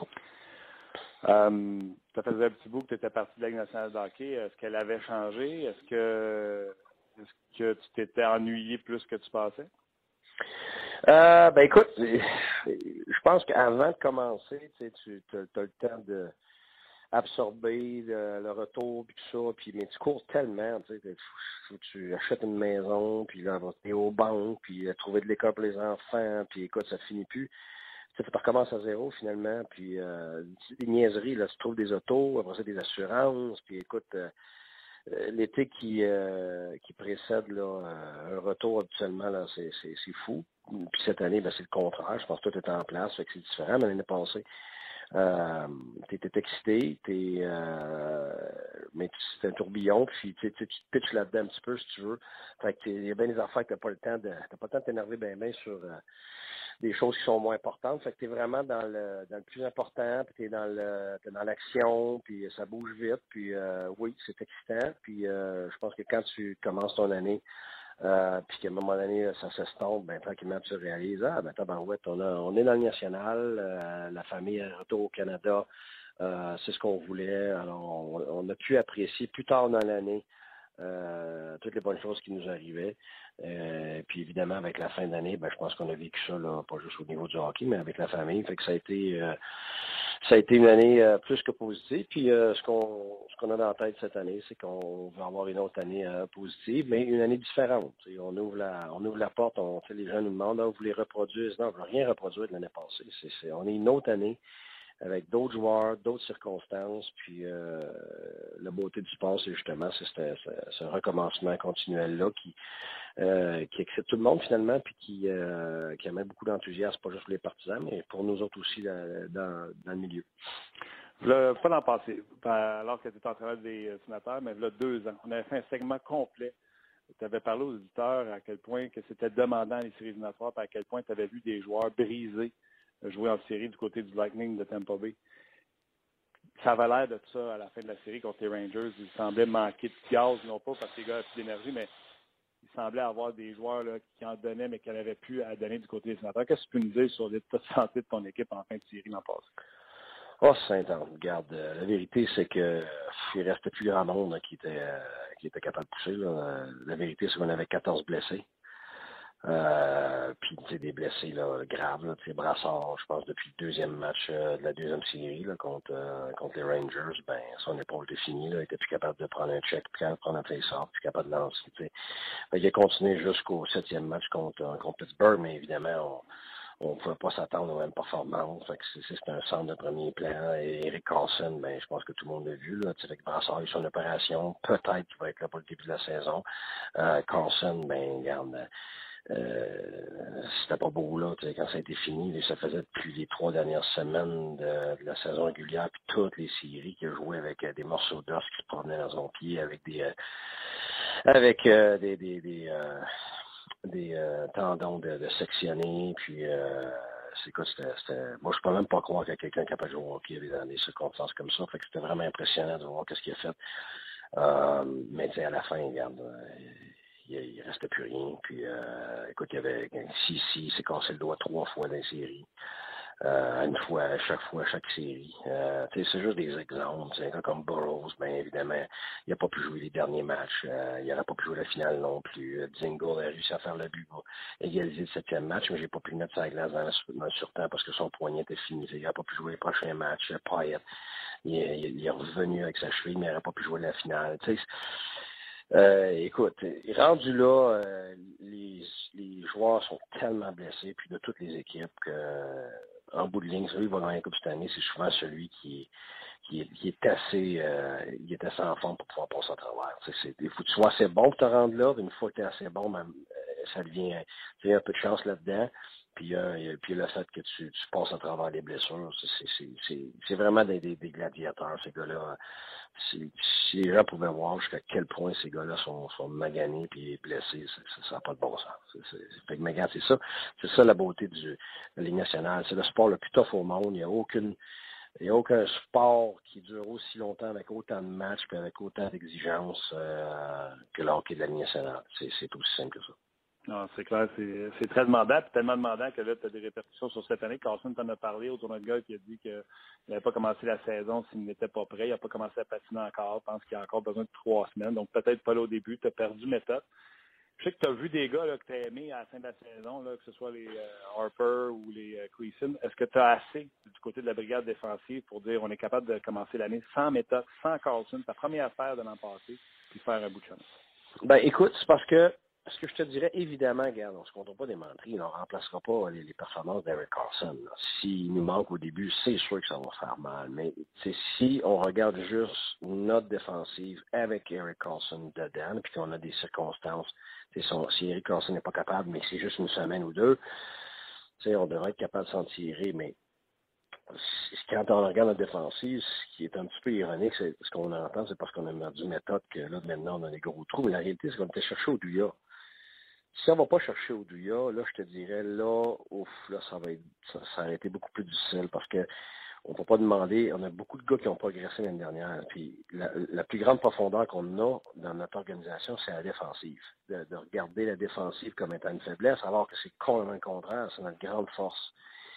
Euh, ça faisait un petit bout que tu étais parti de la Ligue nationale de hockey. Est-ce qu'elle avait changé? Est-ce que, est-ce que tu t'étais ennuyé plus que tu pensais? Euh, ben écoute, je pense qu'avant de commencer, tu sais, tu as le temps de absorber le, le retour puis tout ça, puis mais tu cours tellement, tu sais, tu, tu achètes une maison, puis là, tu es aux banques, puis trouver de l'école pour les enfants, puis écoute, ça finit plus. Tu sais, tu recommences à zéro finalement, puis euh, des niaiseries, là, tu trouves des autos, après ça des assurances, puis écoute, euh, l'été qui euh, qui précède là, un retour habituellement, là, c'est, c'est, c'est fou. Puis cette année, ben, c'est le contraire. Je pense que tout est en place, fait que c'est différent, mais l'année passée, euh, t'étais excité, t'es euh, mais c'est un tourbillon, puis tu te pitches là-dedans un petit peu si tu veux. Fait que il y a bien des affaires que t'as pas le temps de. T'as pas le temps de t'énerver bien bien sur euh, des choses qui sont moins importantes. Fait que t'es vraiment dans le dans le plus important, puis t'es dans le t'es dans l'action, puis ça bouge vite, puis euh, oui, c'est excitant. Puis euh, je pense que quand tu commences ton année, Euh, puis qu'à un moment donné, ça s'estompe, ben tranquillement tu réalises, ah ben tabarouette, on a on est dans le national, euh, la famille est retour au Canada, euh, c'est ce qu'on voulait. Alors on, on a pu apprécier plus tard dans l'année euh, toutes les bonnes choses qui nous arrivaient. Euh, puis évidemment, avec la fin d'année, ben je pense qu'on a vécu ça là, pas juste au niveau du hockey, mais avec la famille. Fait que ça a été euh, ça a été une année euh, plus que positive. Puis euh, ce qu'on ce qu'on a dans la tête cette année, c'est qu'on va avoir une autre année euh, positive, mais une année différente. T'sais, on ouvre la on ouvre la porte, on les gens nous demandent, ah, vous voulez reproduire? Non, je ne veux rien reproduire de l'année passée. C'est, c'est, on est une autre année avec d'autres joueurs, d'autres circonstances, puis euh, la beauté du sport, c'est justement c'est ce, ce, ce recommencement continuel-là qui, euh, qui excite tout le monde finalement, puis qui, euh, qui amène beaucoup d'enthousiasme, pas juste pour les partisans, mais pour nous autres aussi dans, dans, dans le milieu. Le, pas l'an passé, alors que tu étais entraîneur des sénateurs, mais il y a deux ans, on avait fait un segment complet. Tu avais parlé aux auditeurs à quel point que c'était demandant les séries éliminatoires, puis à quel point tu avais vu des joueurs brisés jouer en série du côté du Lightning de Tampa Bay. Ça avait l'air de ça à la fin de la série contre les Rangers. Il semblait manquer de gaz, non pas parce que les gars avaient plus d'énergie, mais il semblait avoir des joueurs là, qui en donnaient, mais qui n'avaient plus à donner du côté des sénateurs. Qu'est-ce que tu peux nous dire sur l'état de santé de ton équipe en fin de série l'an passé? Oh, Saint-Anne, regarde, euh, la vérité, c'est que euh, il restait plus grand monde là, qui était euh, qui était capable de pousser. Là. La vérité, c'est qu'on avait quatorze blessés. Euh, puis tu sais, des blessés là, graves, là, tu sais, Brassard, je pense depuis le deuxième match euh, de la deuxième série là, contre euh, contre les Rangers, ben son épaule était finie, là, il était plus capable de prendre un check, plus capable de prendre un face-off, plus capable de lancer. Tu sais. Fait, il a continué jusqu'au septième match contre, euh, contre Pittsburgh, mais évidemment on on ne pouvait pas s'attendre aux mêmes performances. Fait que c'est, c'est un centre de premier plan. Et Eric Carlson, ben, je pense que tout le monde l'a vu. Là, avec Brassard et son opération, peut-être qu'il va être là pour le début de la saison. Euh, Carlson, ben, regarde, Euh, c'était pas beau, là, quand ça a été fini. Ça faisait depuis les trois dernières semaines de, de la saison régulière, puis toutes les séries qu'il a joué avec euh, des morceaux d'os qui se promenaient dans son pied, avec des euh, avec euh, des des des, euh, des euh, tendons de, de sectionnés, puis euh, c'est quoi, c'était, c'était... Moi, je peux même pas croire qu'il y a quelqu'un capable de jouer au hockey dans des circonstances comme ça. Fait que c'était vraiment impressionnant de voir qu'est-ce qu'il a fait. Euh, mais tu sais, à la fin, regarde, euh, il, il restait plus rien. Puis, euh, écoute, il y avait si si, il s'est cassé le doigt trois fois dans les séries. Euh, une fois, à chaque fois, à chaque série. Euh, c'est juste des exemples. C'est un gars comme Burroughs, bien évidemment, il n'a pas pu jouer les derniers matchs. Euh, il n'aurait pas pu jouer la finale non plus. Euh, Dzingel a réussi à faire le but pour égaliser le septième match, mais j'ai pas pu le mettre sur la glace dans, la, dans le surtemps parce que son poignet était fini. Il n'a pas pu jouer les prochains matchs. Payet, il, il, il est revenu avec sa cheville, mais il n'aurait pas pu jouer la finale. Tu sais, Euh, écoute, rendu là, euh, les, les joueurs sont tellement blessés, puis de toutes les équipes, que euh, en bout de ligne, celui qui va gagner la Coupe cette année, c'est souvent celui qui, qui, est, qui est assez euh, il est assez en forme pour pouvoir passer à travers. C'est, c'est, il faut que tu sois assez bon pour te rendre là, une fois que tu es assez bon, ben, ça devient tu sais, un peu de chance là-dedans. Puis, euh, puis le fait que tu, tu passes à travers les blessures, c'est, c'est, c'est, c'est vraiment des, des, des gladiateurs, ces gars-là. Si, si les gens pouvaient voir jusqu'à quel point ces gars-là sont, sont maganés et blessés, ça n'a pas de bon sens. C'est, c'est, fait que, mais regarde, c'est ça, c'est ça la beauté du, de la Ligue nationale. C'est le sport le plus tough au monde. Il n'y a aucune, il n'y a aucun sport qui dure aussi longtemps avec autant de matchs et avec autant d'exigences euh, que le hockey de la Ligue nationale. C'est, c'est aussi simple que ça. Non, c'est clair, c'est, c'est très demandant, puis tellement demandant que là, tu as des répercussions sur cette année. Carson t'en a parlé au tournoi de golf, il a dit qu'il n'avait pas commencé la saison s'il n'était pas prêt. Il n'a pas commencé à patiner encore. Je pense qu'il a encore besoin de trois semaines. Donc, peut-être pas là au début. Tu as perdu méthode. Je sais que tu as vu des gars là, que tu as aimés à la fin de la saison, là, que ce soit les euh, Harper ou les euh, Cleason. Est-ce que tu as assez du côté de la brigade défensive pour dire on est capable de commencer l'année sans méthode, sans Carlson, ta première affaire de l'an passé, puis faire un bout de chemin? Ben, écoute, c'est parce que ce que je te dirais, évidemment, regarde, on ne se comptera pas des menteries, on ne remplacera pas les, les performances d'Eric Carlson. Là. S'il nous manque au début, c'est sûr que ça va faire mal. Mais si on regarde juste notre défensive avec Eric Carlson dedans, puis qu'on a des circonstances, son, si Eric Carlson n'est pas capable, mais c'est juste une semaine ou deux, on devrait être capable de s'en tirer. Mais quand on regarde la défensive, ce qui est un petit peu ironique, c'est ce qu'on entend, c'est parce qu'on a perdu méthode que là, maintenant, on a des gros trous. Mais la réalité, c'est qu'on était cherché au Douya. Si on ne va pas chercher au Douya, là, je te dirais, là, ouf, là, ça va être, ça, ça a été beaucoup plus difficile parce que on ne peut pas demander, on a beaucoup de gars qui ont progressé l'année dernière. Puis la, la plus grande profondeur qu'on a dans notre organisation, c'est la défensive. De, de regarder la défensive comme étant une faiblesse, alors que c'est complètement le contraire, c'est notre grande force.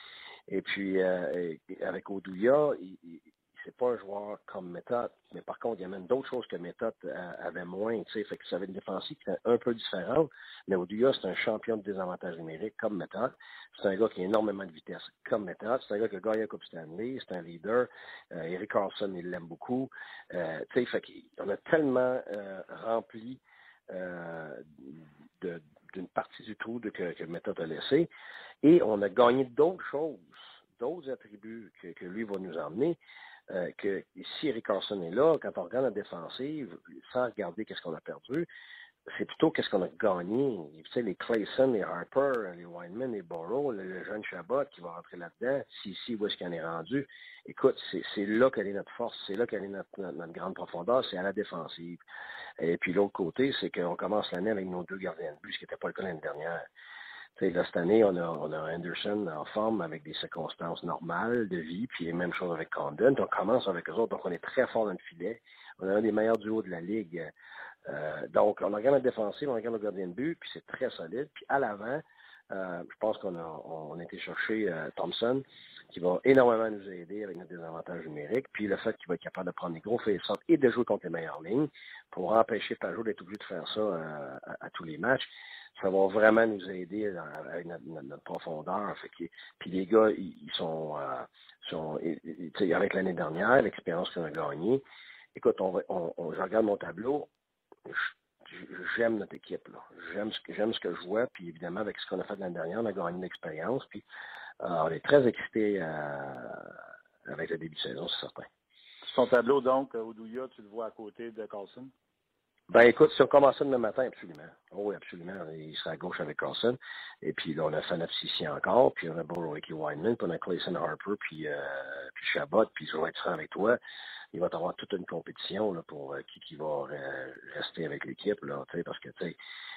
Et puis, euh, avec Oduya, il, il, c'est pas un joueur comme Méthode, mais par contre, il y a même d'autres choses que Méthode avait moins, tu sais, fait que ça avait une défensive qui était un peu différente, mais Oduya, c'est un champion de désavantage numérique comme Méthode. C'est un gars qui a énormément de vitesse comme Méthode. C'est un gars qui a gagné la Coupe Stanley, c'est un leader. Euh, Eric Carlson, il l'aime beaucoup. Euh, tu sais, fait qu'on a tellement euh, rempli euh, de, d'une partie du trou de, que, que Méthode a laissé. Et on a gagné d'autres choses, d'autres attributs que, que lui va nous emmener. Euh, que si Eric Carlson est là, quand on regarde la défensive, sans regarder qu'est-ce qu'on a perdu, c'est plutôt qu'est-ce qu'on a gagné. Tu sais, les Clayson, les Harper, les Weinman, les Burrow, le, le jeune Chabot qui va rentrer là-dedans, si, si, où est-ce qu'il en est rendu. Écoute, c'est, c'est là qu'elle est notre force, c'est là qu'elle est notre, notre, notre grande profondeur, c'est à la défensive. Et puis l'autre côté, c'est qu'on commence l'année avec nos deux gardiens de but, ce qui n'était pas le cas l'année dernière. T'sais, là, cette année, on a, on a Anderson en forme avec des circonstances normales de vie, puis les mêmes choses avec Condon. On commence avec eux autres, donc on est très fort dans le filet. On a un des meilleurs duos de la Ligue. Euh, donc, on regarde la défensive, on regarde le gardien de but, puis c'est très solide. Puis à l'avant, euh, je pense qu'on a, on a été chercher euh, Thompson, qui va énormément nous aider avec notre désavantage numérique, puis le fait qu'il va être capable de prendre des gros face-offs et de jouer contre les meilleures lignes pour empêcher Pajot d'être obligé de faire ça euh, à, à tous les matchs. Ça va vraiment nous aider avec notre, notre, notre profondeur. Fait que, puis les gars, ils, ils sont, euh, sont ils, avec l'année dernière, l'expérience qu'on a gagnée. Écoute, on, on, on, je regarde mon tableau, je, j'aime notre équipe. Là. J'aime, ce que, j'aime ce que je vois. Puis évidemment, avec ce qu'on a fait l'année dernière, on a gagné une expérience. Puis euh, on est très excités euh, avec le début de saison, c'est certain. Son tableau, donc, Oduya, tu le vois à côté de Carlson? Ben écoute, si on commençait demain matin, absolument. Oui, absolument. Il sera à gauche avec Carlson. Et puis là, on a Fanapsi ici encore, puis on a Borowiecki Wideman, puis on a Clayson Harper, puis, euh, puis Chabot, puis je vais être franc avec toi. Il va y avoir toute une compétition là, pour euh, qui, qui va euh, rester avec l'équipe, là, parce que tu sais,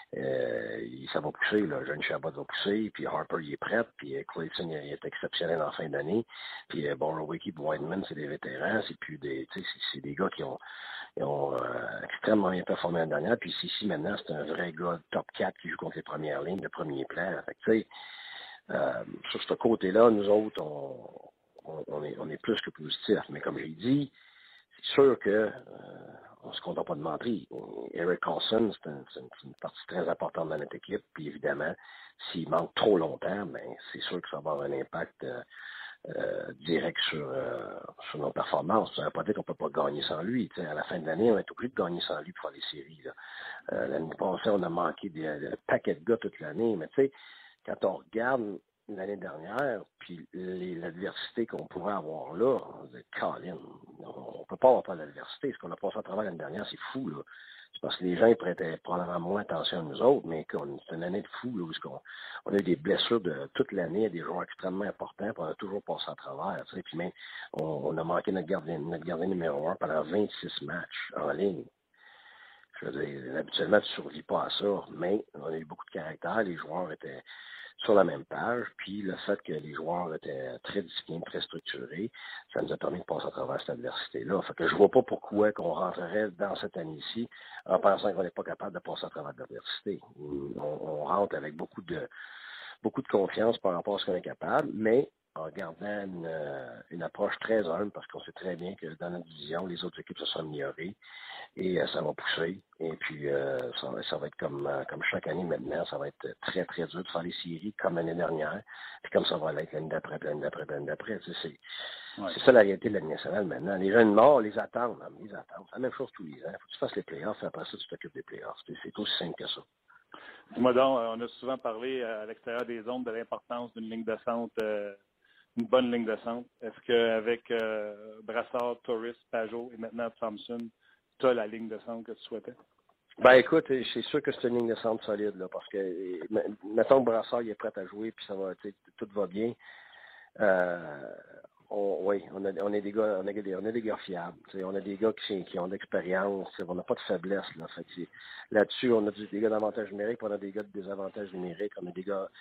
euh, ça va pousser, là. Jeune Chabot va pousser, puis Harper il est prêt, puis euh, Clayson il, il est exceptionnel en fin d'année, puis euh, Borowiecki et Wideman, c'est des vétérans, c'est plus des, tu sais, c'est, c'est des gars qui ont Ils ont euh, extrêmement bien performé l'année dernière. Puis ici, maintenant, c'est un vrai gars top quatre qui joue contre les premières lignes, le premier plan. Fait que, tu sais, euh, sur ce côté-là, nous autres, on, on, on, est, on est plus que positifs. Mais comme je l'ai dit, c'est sûr que euh, on se contente pas de mentir. Eric Carlson, c'est, un, c'est, une, c'est une partie très importante de notre équipe. Puis évidemment, s'il manque trop longtemps, ben c'est sûr que ça va avoir un impact euh, Euh, direct sur, euh, sur nos performances. Ça ne veut pas dire qu'on ne peut pas gagner sans lui. T'sais, à la fin de l'année, on est obligé de gagner sans lui pour faire les séries. Là. Euh, l'année passée, on a manqué des, des paquets de gars toute l'année. Mais tu sais, quand on regarde l'année dernière, puis les, l'adversité qu'on pourrait avoir là, on se dit, Colin, on ne peut pas avoir pas d'adversité. Ce qu'on a passé à travers l'année dernière, c'est fou, là. C'est parce que les gens ils prêtaient probablement moins attention à nous autres, mais c'est une année de fou, là, où on, on a eu des blessures de toute l'année, des joueurs extrêmement importants, puis on a toujours passé à travers. Tu sais, puis même, on, on a manqué notre gardien, notre gardien numéro un pendant vingt-six matchs en ligne. Je veux dire, habituellement, tu ne survis pas à ça, mais on a eu beaucoup de caractère, les joueurs étaient sur la même page, puis le fait que les joueurs étaient très disciplinés, très structurés, ça nous a permis de passer à travers cette adversité-là. Fait que je vois pas pourquoi qu'on rentrerait dans cette année-ci en pensant qu'on n'est pas capable de passer à travers l'adversité. On, on rentre avec beaucoup de beaucoup de confiance par rapport à ce qu'on est capable, mais en gardant une, une approche très humble, parce qu'on sait très bien que dans notre division, les autres équipes se sont améliorées et euh, ça va pousser. Et puis, euh, ça, ça va être comme, euh, comme chaque année maintenant, ça va être très, très dur de faire les séries comme l'année dernière, puis comme ça va l'être l'année d'après, l'année d'après, l'année d'après. Tu sais, c'est, ouais. c'est ça la réalité de la Ligue nationale maintenant. Les jeunes morts, les attendent, hein, les attendent. C'est la même chose tous les ans. Il faut que tu fasses les playoffs, et après ça, tu t'occupes des playoffs. C'est, c'est aussi simple que ça. Dis-moi donc, on a souvent parlé à l'extérieur des zones de l'importance d'une ligne de centre, euh, une bonne ligne de centre. Est-ce qu'avec euh, Brassard, Torres, Pajot et maintenant Thompson, tu as la ligne de centre que tu souhaitais? Ben écoute, c'est sûr que c'est une ligne de centre solide, là, parce que mettons que Brassard il est prêt à jouer, puis ça va, tout va bien. Euh, on, oui, on a, on a des gars, on a des, on a des gars fiables. T'sais, on a des gars qui, qui ont de l'expérience. On n'a pas de faiblesse. Là, fait que là-dessus, on a du, des gars d'avantage numérique, on a des gars de désavantage numérique, on a des gars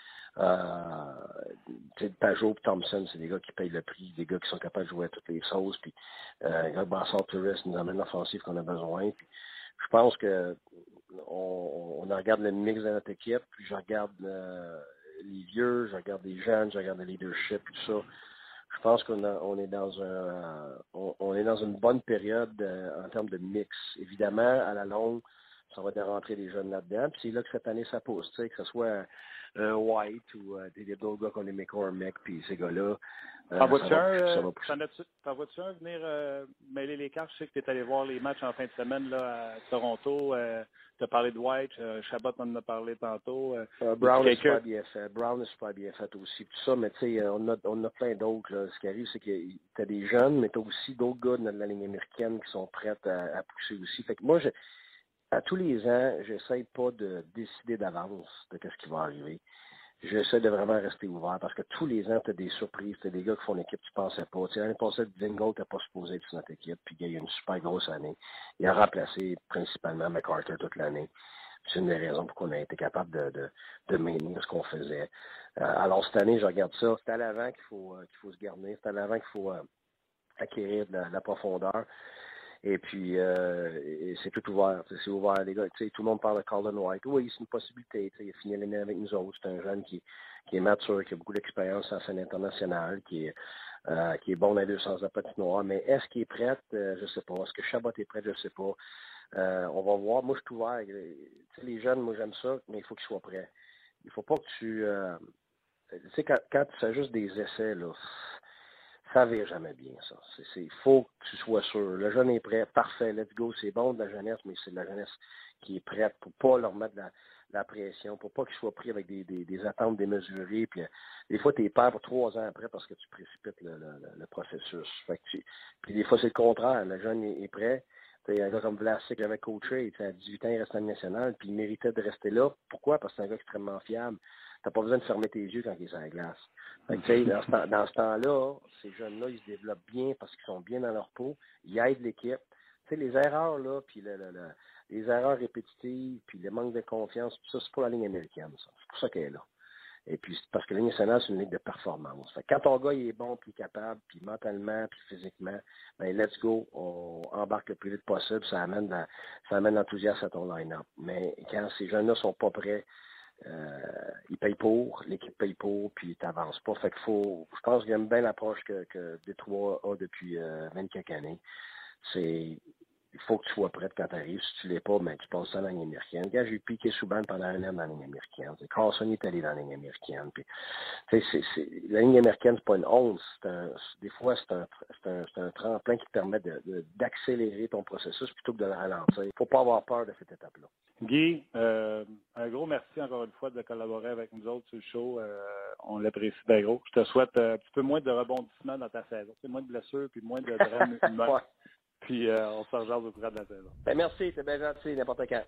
euh, Pajot et Thompson, c'est des gars qui payent le prix, des gars qui sont capables de jouer à toutes les sauces. Puis euh, les gars de Brassard Tourist nous amènent l'offensive qu'on a besoin. Puis, je pense que on, on regarde le mix de notre équipe, puis je regarde euh, les vieux, je regarde les jeunes, je regarde le leadership, tout ça. Je pense qu'on a, on est dans un, on, on est dans une bonne période euh, en termes de mix. Évidemment, à la longue, ça va de rentrer des jeunes là-dedans. Puis c'est là que cette année, ça pousse, tu sais, que ce soit euh, White ou euh, des, des d'autres gars comme les McCormick, puis ces gars-là. Euh, T'en vois-tu un, euh, t'en vois-tu un venir euh, mêler les cartes? Je sais que tu es allé voir les matchs en fin de semaine là, à Toronto. Euh, tu as parlé de White, euh, Chabot en a parlé tantôt. Euh, uh, Brown est super bien fait. Brown est super bien fait aussi. Tout ça, mais tu sais, on a, on a plein d'autres. Là. Ce qui arrive, c'est que tu as des jeunes, mais tu as aussi d'autres gars de la ligne américaine qui sont prêts à, à pousser aussi. Fait que moi, je, à tous les ans, j'essaie pas de décider d'avance de ce qui va arriver. J'essaie de vraiment rester ouvert parce que tous les ans, tu as des surprises, tu as des gars qui font l'équipe que tu pensais pas. Tu sais, l'année passée, Dingle n'était pas supposé être sur notre équipe, puis il y a eu une super grosse année. Il a remplacé principalement McCarter toute l'année. C'est une des raisons pour qu'on a été capable de, de, de maintenir ce qu'on faisait. Euh, alors cette année, je regarde ça. C'est à l'avant qu'il faut, euh, qu'il faut se garder. C'est à l'avant qu'il faut euh, acquérir de la, de la profondeur. Et puis, euh, et c'est tout ouvert. C'est ouvert, les gars. Tout le monde parle de Colin White. Oui, c'est une possibilité. Il a fini l'année avec nous autres. C'est un jeune qui, qui est mature, qui a beaucoup d'expérience en scène internationale, qui est, euh, qui est bon dans les deux sens de la patinoire. Mais est-ce qu'il est prêt? Euh, je sais pas. Est-ce que Chabot est prêt? Je sais pas. Euh, on va voir. Moi, je suis ouvert. T'sais, les jeunes, moi, j'aime ça, mais il faut qu'ils soient prêts. Il faut pas que tu... Euh, tu sais, quand, quand tu fais juste des essais, là... Ça ne vire jamais bien, ça. Il faut que tu sois sûr. Le jeune est prêt, parfait, let's go, c'est bon de la jeunesse, mais c'est de la jeunesse qui est prête pour pas leur mettre de la, la pression, pour pas qu'ils soient pris avec des, des, des attentes démesurées. Puis, des fois, tu es père pour trois ans après parce que tu précipites le, le, le processus. Fait que tu, puis des fois, c'est le contraire. Le jeune est, est prêt, T'sais, un gars comme Vlasic avait coaché, à dix-huit ans, il restait en national, puis il méritait de rester là. Pourquoi? Parce que c'est un gars extrêmement fiable. T'as pas besoin de fermer tes yeux quand il est sur la glace. Fait que, dans, ce temps, dans ce temps-là, ces jeunes-là, ils se développent bien parce qu'ils sont bien dans leur peau. Ils aident l'équipe. T'sais, les erreurs, là, puis le, le, le, les erreurs répétitives, puis le manque de confiance, tout ça, c'est pour la ligne américaine, ça. C'est pour ça qu'elle est là. Et puis, c'est parce que la Ligue nationale, c'est une ligue de performance. Fait que quand ton gars il est bon, puis capable, puis mentalement, puis physiquement, ben let's go, on embarque le plus vite possible, ça amène de, ça amène l'enthousiasme à ton line-up. Mais quand ces jeunes-là sont pas prêts, euh, ils payent pour, l'équipe paye pour, puis ils t'avancent pas. Fait qu'il faut, je pense que j'aime bien l'approche que, que Détroit a depuis euh, vingt-quelques années. C'est il faut que tu sois prêt quand tu arrives. Si tu l'es pas, ben, tu passes ça dans la ligne américaine. Quand j'ai eu Piqué Souban pendant un an dans la ligne américaine. Carlson est allé dans la ligne américaine. Puis, c'est, c'est, la ligne américaine, c'est pas une honte. C'est un, des fois, c'est un, c'est un, c'est un tremplin qui te permet de, de, d'accélérer ton processus plutôt que de le ralentir. Il faut pas avoir peur de cette étape-là. Guy, euh, un gros merci encore une fois de collaborer avec nous autres sur le show. Euh, on l'apprécie bien gros. Je te souhaite un petit peu moins de rebondissements dans ta saison. C'est moins de blessures puis moins de drames humains. Ouais. Puis euh, on se rejoint au courant de la saison. Ben merci, c'est bien gentil, n'importe quand.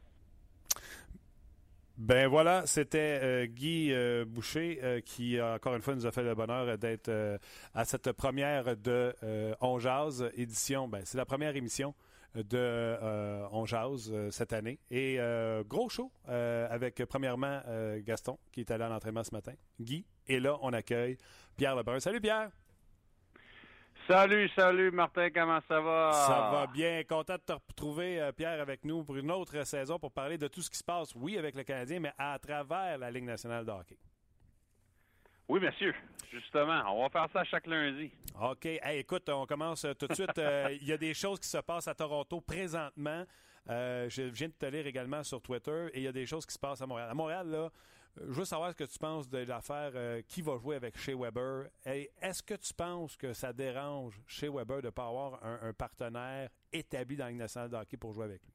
Ben voilà, c'était euh, Guy euh, Boucher euh, qui, encore une fois, nous a fait le bonheur d'être euh, à cette première de euh, On Jase édition. Ben, c'est la première émission de euh, On Jase euh, cette année. Et euh, gros show euh, avec, premièrement, euh, Gaston qui est allé à l'entraînement ce matin. Guy. Et là, on accueille Pierre Lebrun. Salut Pierre! Salut, salut Martin, comment ça va? Ça va bien. Content de te retrouver, euh, Pierre, avec nous pour une autre saison pour parler de tout ce qui se passe, oui, avec le Canadien, mais à travers la Ligue nationale de hockey. Oui, monsieur. Justement, on va faire ça chaque lundi. OK. Hey, écoute, on commence tout de suite. Euh, il y a des choses qui se passent à Toronto présentement. Euh, je viens de te lire également sur Twitter et il y a des choses qui se passent à Montréal. À Montréal, là, je veux savoir ce que tu penses de l'affaire euh, qui va jouer avec Shea Weber. Et est-ce que tu penses que ça dérange Shea Weber de ne pas avoir un, un partenaire établi dans la Ligue nationale de hockey pour jouer avec lui?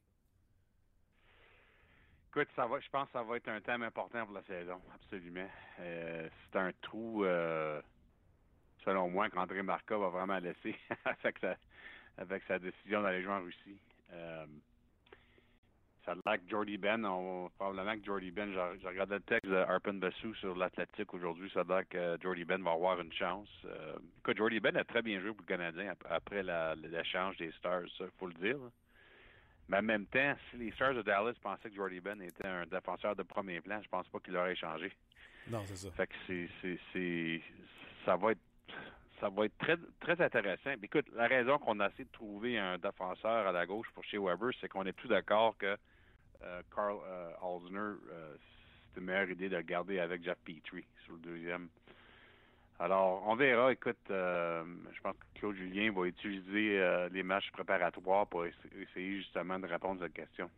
Écoute, ça va, je pense que ça va être un thème important pour la saison, absolument. Euh, c'est un trou, euh, selon moi, qu'André Marca va vraiment laisser avec, sa, avec sa décision d'aller jouer en Russie. Euh, Ça a l'air que Jordy Ben, on, probablement que Jordy Ben, j'ai regardé le texte de Arpin Basu sur l'Athletic aujourd'hui, ça a l'air que Jordy Ben va avoir une chance. Euh, écoute, Jordy Ben a très bien joué pour le Canadien après la, l'échange des Stars, il faut le dire. Mais en même temps, si les Stars de Dallas pensaient que Jordy Ben était un défenseur de premier plan, je pense pas qu'il l'aurait échangé. Non, c'est ça. Fait que c'est, c'est, c'est, ça va être ça va être très, très intéressant. Écoute, la raison qu'on a essayé de trouver un défenseur à la gauche pour Shea Weber, c'est qu'on est tous d'accord que euh, Carl euh, Alzner, euh, c'est une meilleure idée de le garder avec Jeff Petrie sur le deuxième. Alors, on verra. Écoute, euh, je pense que Claude Julien va utiliser euh, les matchs préparatoires pour essayer justement de répondre à cette question.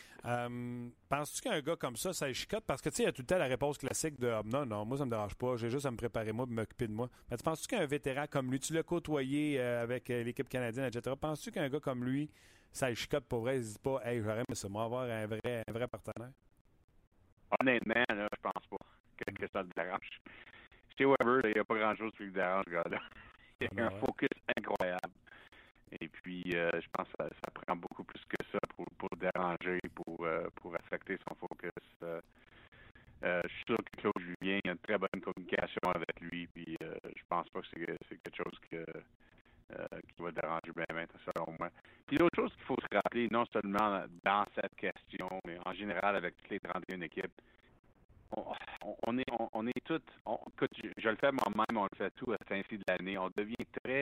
Euh, penses-tu qu'un gars comme ça, ça chicote? Parce que tu sais, il y a tout le temps la réponse classique de ah, non, non, moi ça me dérange pas, j'ai juste à me préparer moi, à m'occuper de moi. Mais tu penses-tu qu'un vétéran comme lui, tu l'as côtoyé euh, avec euh, l'équipe canadienne, et cetera. Penses-tu qu'un gars comme lui, ça chicote pour vrai, il se dit pas hey, j'aurais aimé ça, moi avoir un vrai, un vrai partenaire? Honnêtement, là, je pense pas que, que ça le dérange. Chez Weber, il n'y a pas grand-chose qui le dérange, ce gars-là. Il y a un ouais. focus incroyable. Et puis, euh, je pense que ça, ça prend beaucoup plus que ça pour, pour déranger, pour, euh, pour affecter son focus. Euh, euh, je suis sûr que Claude Julien a une très bonne communication avec lui, puis euh, je pense pas que c'est, c'est quelque chose que, euh, qui va déranger bien, bien, selon moi. Puis l'autre chose qu'il faut se rappeler, non seulement dans cette question, mais en général avec toutes les trente et une équipes, on, on est on, on est toutes, on, écoute, je, je le fais moi-même, on le fait tout à cette ainsi de l'année, on devient très...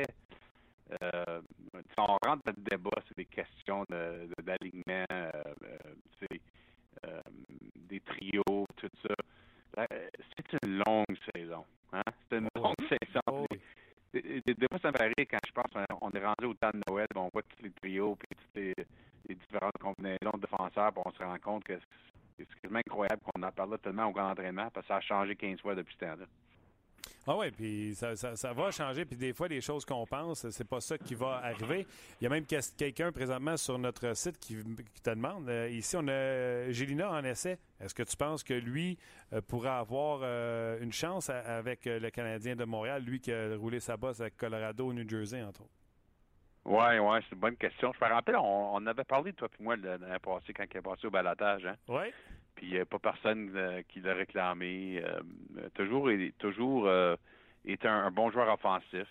Euh, on rentre dans le débat, c'est des questions de, de, d'alignement, euh, euh, euh, des trios, tout ça. C'est une longue saison. Hein? C'est une longue oh. saison. Oh. Des, des, des fois, ça me fait quand je pense qu'on est rendu au temps de Noël, on voit tous les trios et toutes les, les différentes combinaisons de défenseurs, puis on se rend compte que c'est, c'est vraiment incroyable qu'on en parle là tellement au grand entraînement, parce que ça a changé quinze fois depuis ce temps-là. Ah oui, puis ça, ça, ça va changer, puis des fois, les choses qu'on pense, c'est pas ça qui va arriver. Il y a même quelqu'un présentement sur notre site qui, qui te demande, euh, ici, on a Gélina en essai. Est-ce que tu penses que lui euh, pourrait avoir euh, une chance à, avec le Canadien de Montréal, lui qui a roulé sa bosse avec Colorado, New Jersey, entre autres? Oui, oui, c'est une bonne question. Je me rappelle, on, on avait parlé, toi et moi, l'année passée, quand il est passé au balotage. Hein? Oui. Puis il n'y a pas personne euh, qui l'a réclamé. Euh, toujours toujours euh, été un, un bon joueur offensif.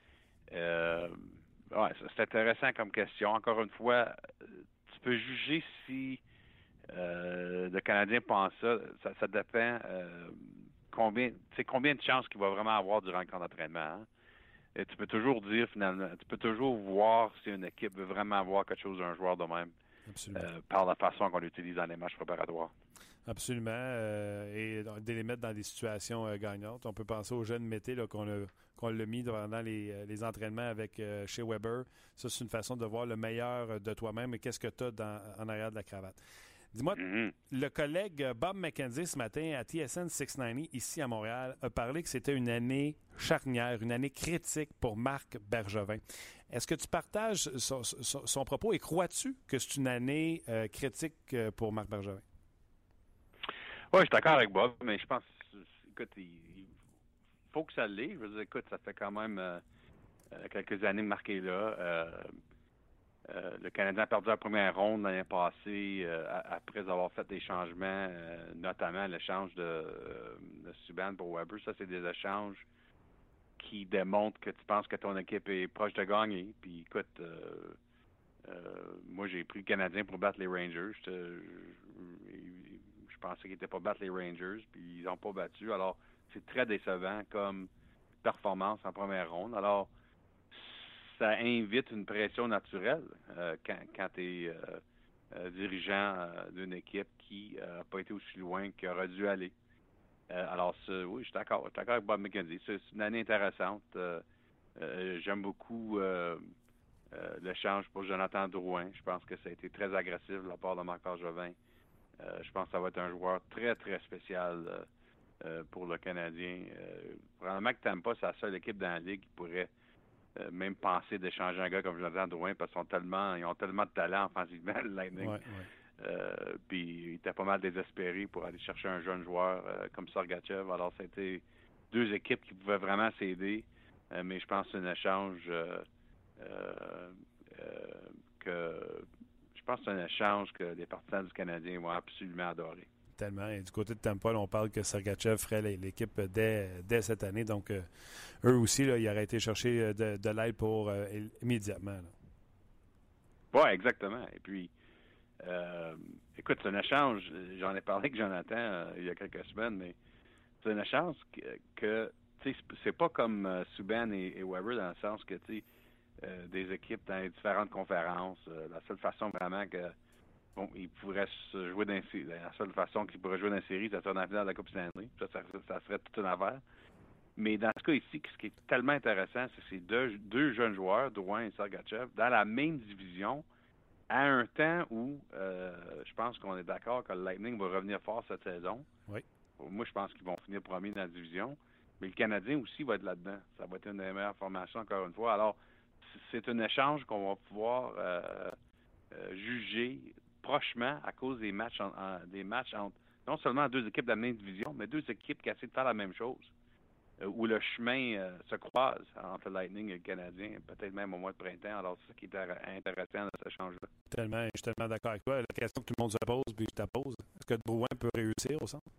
Euh, ouais, c'est intéressant comme question. Encore une fois, tu peux juger si euh, le Canadien pense ça. Ça, ça dépend euh, combien, c'est combien de chances qu'il va vraiment avoir durant le camp d'entraînement. Hein? Et tu peux toujours dire finalement, tu peux toujours voir si une équipe veut vraiment avoir quelque chose d'un joueur de même. Absolument. Euh, par la façon qu'on l'utilise dans les matchs préparatoires. Absolument. Euh, et de les mettre dans des situations euh, gagnantes. On peut penser au jeune Mété là, qu'on a qu'on l'a mis pendant les, les entraînements avec euh, chez Weber. Ça, c'est une façon de voir le meilleur de toi-même et qu'est-ce que tu as dans, en arrière de la cravate. Dis-moi, mm-hmm. le collègue Bob McKenzie, ce matin, à T S N six cent quatre-vingt-dix, ici à Montréal, a parlé que c'était une année charnière, une année critique pour Marc Bergevin. Est-ce que tu partages son, son, son propos et crois-tu que c'est une année euh, critique pour Marc Bergevin? Oui, je suis d'accord avec Bob, mais je pense, écoute, il, il faut que ça l'ait. Je veux dire, écoute, ça fait quand même euh, quelques années de marqué là. Euh, Euh, le Canadien a perdu la première ronde l'année passée euh, après avoir fait des changements, euh, notamment l'échange de, euh, de Subban pour Weber. Ça, c'est des échanges qui démontrent que tu penses que ton équipe est proche de gagner. Puis écoute, euh, euh, moi, j'ai pris le Canadien pour battre les Rangers. Je, je, je pensais qu'ils n'étaient pas battre les Rangers, puis ils n'ont pas battu. Alors, c'est très décevant comme performance en première ronde. Alors, ça invite une pression naturelle euh, quand, quand tu es euh, euh, dirigeant euh, d'une équipe qui n'a euh, pas été aussi loin qu'il aurait dû aller. Euh, alors, oui, je suis d'accord. Je suis d'accord avec Bob McKenzie. C'est une année intéressante. Euh, euh, j'aime beaucoup euh, euh, l'échange pour Jonathan Drouin. Je pense que ça a été très agressif de la part de Marc Bergevin. Euh, je pense que ça va être un joueur très, très spécial euh, euh, pour le Canadien. Euh, probablement que tu n'aimes pas, c'est la seule équipe dans la Ligue qui pourrait Euh, même penser d'échanger un gars comme Jonathan Drouin parce qu'ils ont tellement, ils ont tellement de talent offensivement, le Lightning. Ouais, ouais. Euh, puis il était pas mal désespéré pour aller chercher un jeune joueur euh, comme Sergachev. Alors c'était deux équipes qui pouvaient vraiment s'aider, euh, mais je pense que c'est un échange euh, euh, euh, que je pense que c'est un échange que les partisans du Canadien vont absolument adorer. Tellement. Et du côté de Tampa, là, on parle que Sergachev ferait l'équipe dès, dès cette année. Donc, euh, eux aussi, là, ils auraient été chercher de, de l'aide pour euh, immédiatement. Oui, exactement. Et puis, euh, écoute, c'est un échange. J'en ai parlé avec Jonathan euh, il y a quelques semaines, mais c'est un échange que, que tu sais, c'est pas comme euh, Subban et, et Weber dans le sens que, tu sais, euh, des équipes dans les différentes conférences. Euh, la seule façon vraiment que bon, il pourrait se jouer dans la seule façon qu'il pourrait jouer dans la série, ça serait dans la finale de la Coupe Stanley. Ça, ça, ça serait toute une affaire. Mais dans ce cas ici, ce qui est tellement intéressant, c'est que ces deux, deux jeunes joueurs, Drouin et Sergachev, dans la même division, à un temps où euh, je pense qu'on est d'accord que le Lightning va revenir fort cette saison. Oui. Moi, je pense qu'ils vont finir premier dans la division. Mais le Canadien aussi va être là-dedans. Ça va être une des meilleures formations, encore une fois. Alors, c'est un échange qu'on va pouvoir euh, euh, juger prochement à cause des matchs en, en, des matchs entre non seulement deux équipes de la même division, mais deux équipes qui essaient de faire la même chose, euh, où le chemin euh, se croise entre le Lightning et le Canadien, peut-être même au mois de printemps. Alors, c'est ça qui est intéressant dans ce échange-là. Tellement, je suis tellement d'accord avec toi. La question que tout le monde se pose, puis je te pose, est-ce que Drouin peut réussir au centre?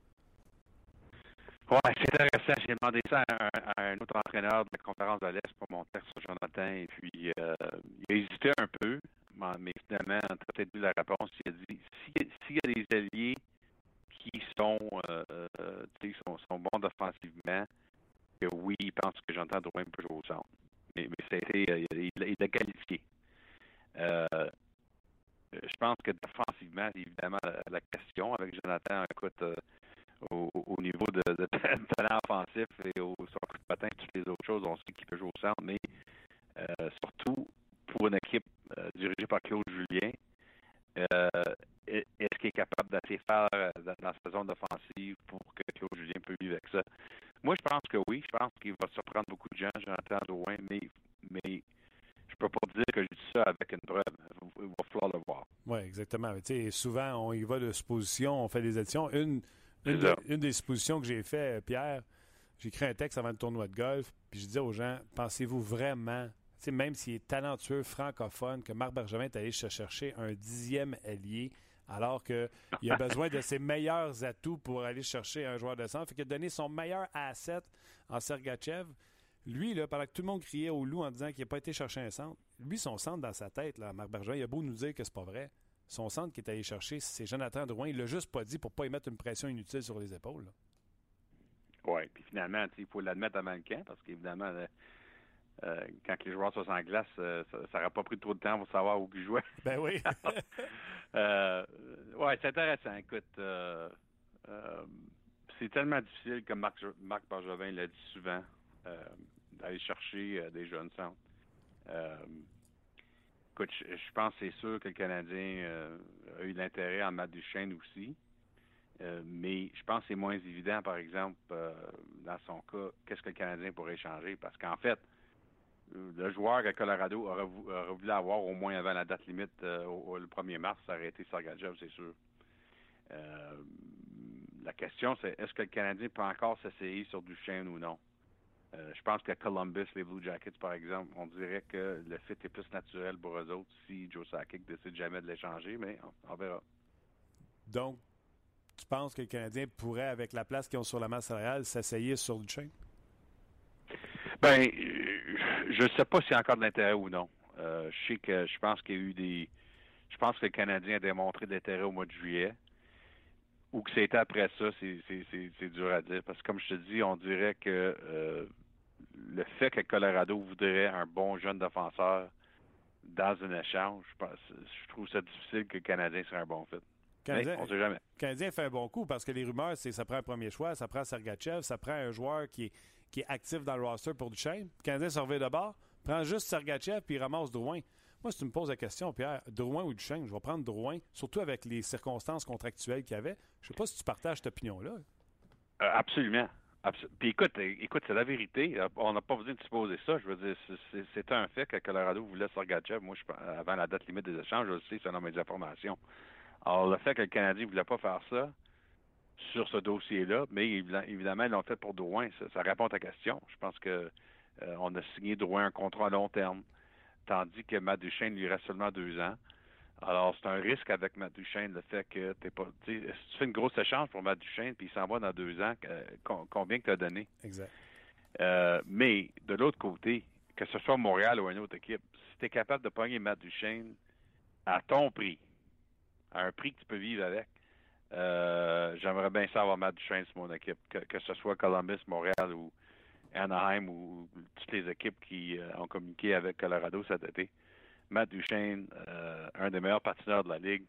Oui, c'est intéressant. J'ai demandé ça à un, à un autre entraîneur de la conférence de l'Est pour mon texte sur Jonathan, et puis euh, il a hésité un peu. Mais finalement, on a peut-être vu la réponse. Il a dit s'il si y a des alliés qui sont, euh, sont, sont bons offensivement, que oui, il pense que Jonathan Drouin peut jouer au centre. Mais, mais ça a été, il, il l'a qualifié. Euh, je pense que défensivement, c'est évidemment la, la question avec Jonathan. Écoute, euh, au, au niveau de, de talent offensif et au son coup de patin, toutes les autres choses, on sait qu'il peut jouer au centre, mais euh, surtout pour une équipe euh, dirigée par Claude Julien, euh, est-ce qu'il est capable d'aller faire dans, dans sa zone offensive pour que Claude Julien peut vivre avec ça? Moi, je pense que oui. Je pense qu'il va surprendre beaucoup de gens, Jonathan Drouin, mais, mais je peux pas dire que je dis ça avec une preuve. Il va falloir le voir. Oui, exactement. Mais souvent, on y va de suppositions, on fait des additions. Une, une, de, une des suppositions que j'ai fait, Pierre, j'ai écrit un texte avant le tournoi de golf, puis je disais aux gens, pensez-vous vraiment... sais, même s'il est talentueux, francophone, que Marc Bergevin est allé se chercher un dixième ailier, alors qu'il a besoin de ses meilleurs atouts pour aller chercher un joueur de centre. Fait qu'il a donné son meilleur asset en Sergachev. Lui, là, pendant que tout le monde criait au loup en disant qu'il n'a pas été chercher un centre, lui, son centre dans sa tête, là, Marc Bergevin, il a beau nous dire que c'est pas vrai. Son centre qui est allé chercher, c'est Jonathan Drouin. Il l'a juste pas dit pour pas y mettre une pression inutile sur les épaules. Oui, puis finalement, il faut l'admettre avant le camp, parce qu'évidemment, euh, euh, quand les joueurs sont en glace, euh, ça n'aurait pas pris trop de temps pour savoir où ils jouaient. Ben oui. euh, oui, c'est intéressant. Écoute, euh, euh, c'est tellement difficile, comme Marc, Marc Bergevin l'a dit souvent, euh, d'aller chercher euh, des jeunes centres. Euh, écoute, je, je pense que c'est sûr que le Canadien euh, a eu l'intérêt en Matt Duchesne aussi. Euh, mais je pense que c'est moins évident, par exemple, euh, dans son cas, qu'est-ce que le Canadien pourrait échanger. Parce qu'en fait, le joueur que Colorado aurait, aurait voulu avoir au moins avant la date limite, euh, au, le premier mars, ça aurait été Sergachev, c'est sûr. Euh, la question, c'est est-ce que le Canadien peut encore s'essayer sur Duchesne ou non? Euh, je pense que Columbus, les Blue Jackets, par exemple, on dirait que le fit est plus naturel pour eux autres si Joe Sakic décide jamais de l'échanger, mais on, on verra. Donc, tu penses que le Canadien pourrait, avec la place qu'ils ont sur la masse salariale, s'essayer sur Duchesne? Ben, je ne sais pas s'il y a encore de l'intérêt ou non. Euh, je sais que je pense qu'il y a eu des... Je pense que le Canadien a démontré de l'intérêt au mois de juillet. Ou que c'était après ça, c'est, c'est, c'est, c'est dur à dire. Parce que comme je te dis, on dirait que euh, le fait que Colorado voudrait un bon jeune défenseur dans un échange, je, pense, je trouve ça difficile que le Canadien soit un bon fit. Canadien, mais on sait jamais. Le Canadien fait un bon coup parce que les rumeurs, c'est que ça prend un premier choix, ça prend Sergachev, ça prend un joueur qui est, qui est actif dans le roster pour Duchesne. Le Canadien se revient de bord, prend juste Sergachev puis il ramasse Drouin. Moi, si tu me poses la question, Pierre, Drouin ou Duchesne, je vais prendre Drouin, surtout avec les circonstances contractuelles qu'il y avait. Je ne sais pas si tu partages cette opinion-là. Euh, absolument. Absol- Puis écoute, écoute, c'est la vérité. On n'a pas besoin de supposer ça. Je veux dire, c'est, c'est un fait que Colorado voulait Sergachev. Moi, je, avant la date limite des échanges, je le sais, selon mes informations. Alors, le fait que le Canadien ne voulait pas faire ça sur ce dossier-là, mais évidemment, ils l'ont fait pour Drouin. Ça, ça répond à ta question. Je pense que euh, on a signé Drouin un contrat à long terme, tandis que Matt Duchesne lui reste seulement deux ans. Alors, c'est un risque avec Matt Duchesne, le fait que t'es pas. Si tu fais une grosse échange pour Matt Duchesne, puis il s'en va dans deux ans, euh, combien que tu as donné? Exact. Euh, mais, de l'autre côté, que ce soit Montréal ou une autre équipe, si tu es capable de pogner Matt Duchesne à ton prix, à un prix que tu peux vivre avec, euh, j'aimerais bien ça avoir Matt Duchesne sur mon équipe, que, que ce soit Columbus, Montréal ou Anaheim ou, ou toutes les équipes qui euh, ont communiqué avec Colorado cet été. Matt Duchesne, euh, un des meilleurs patineurs de la Ligue,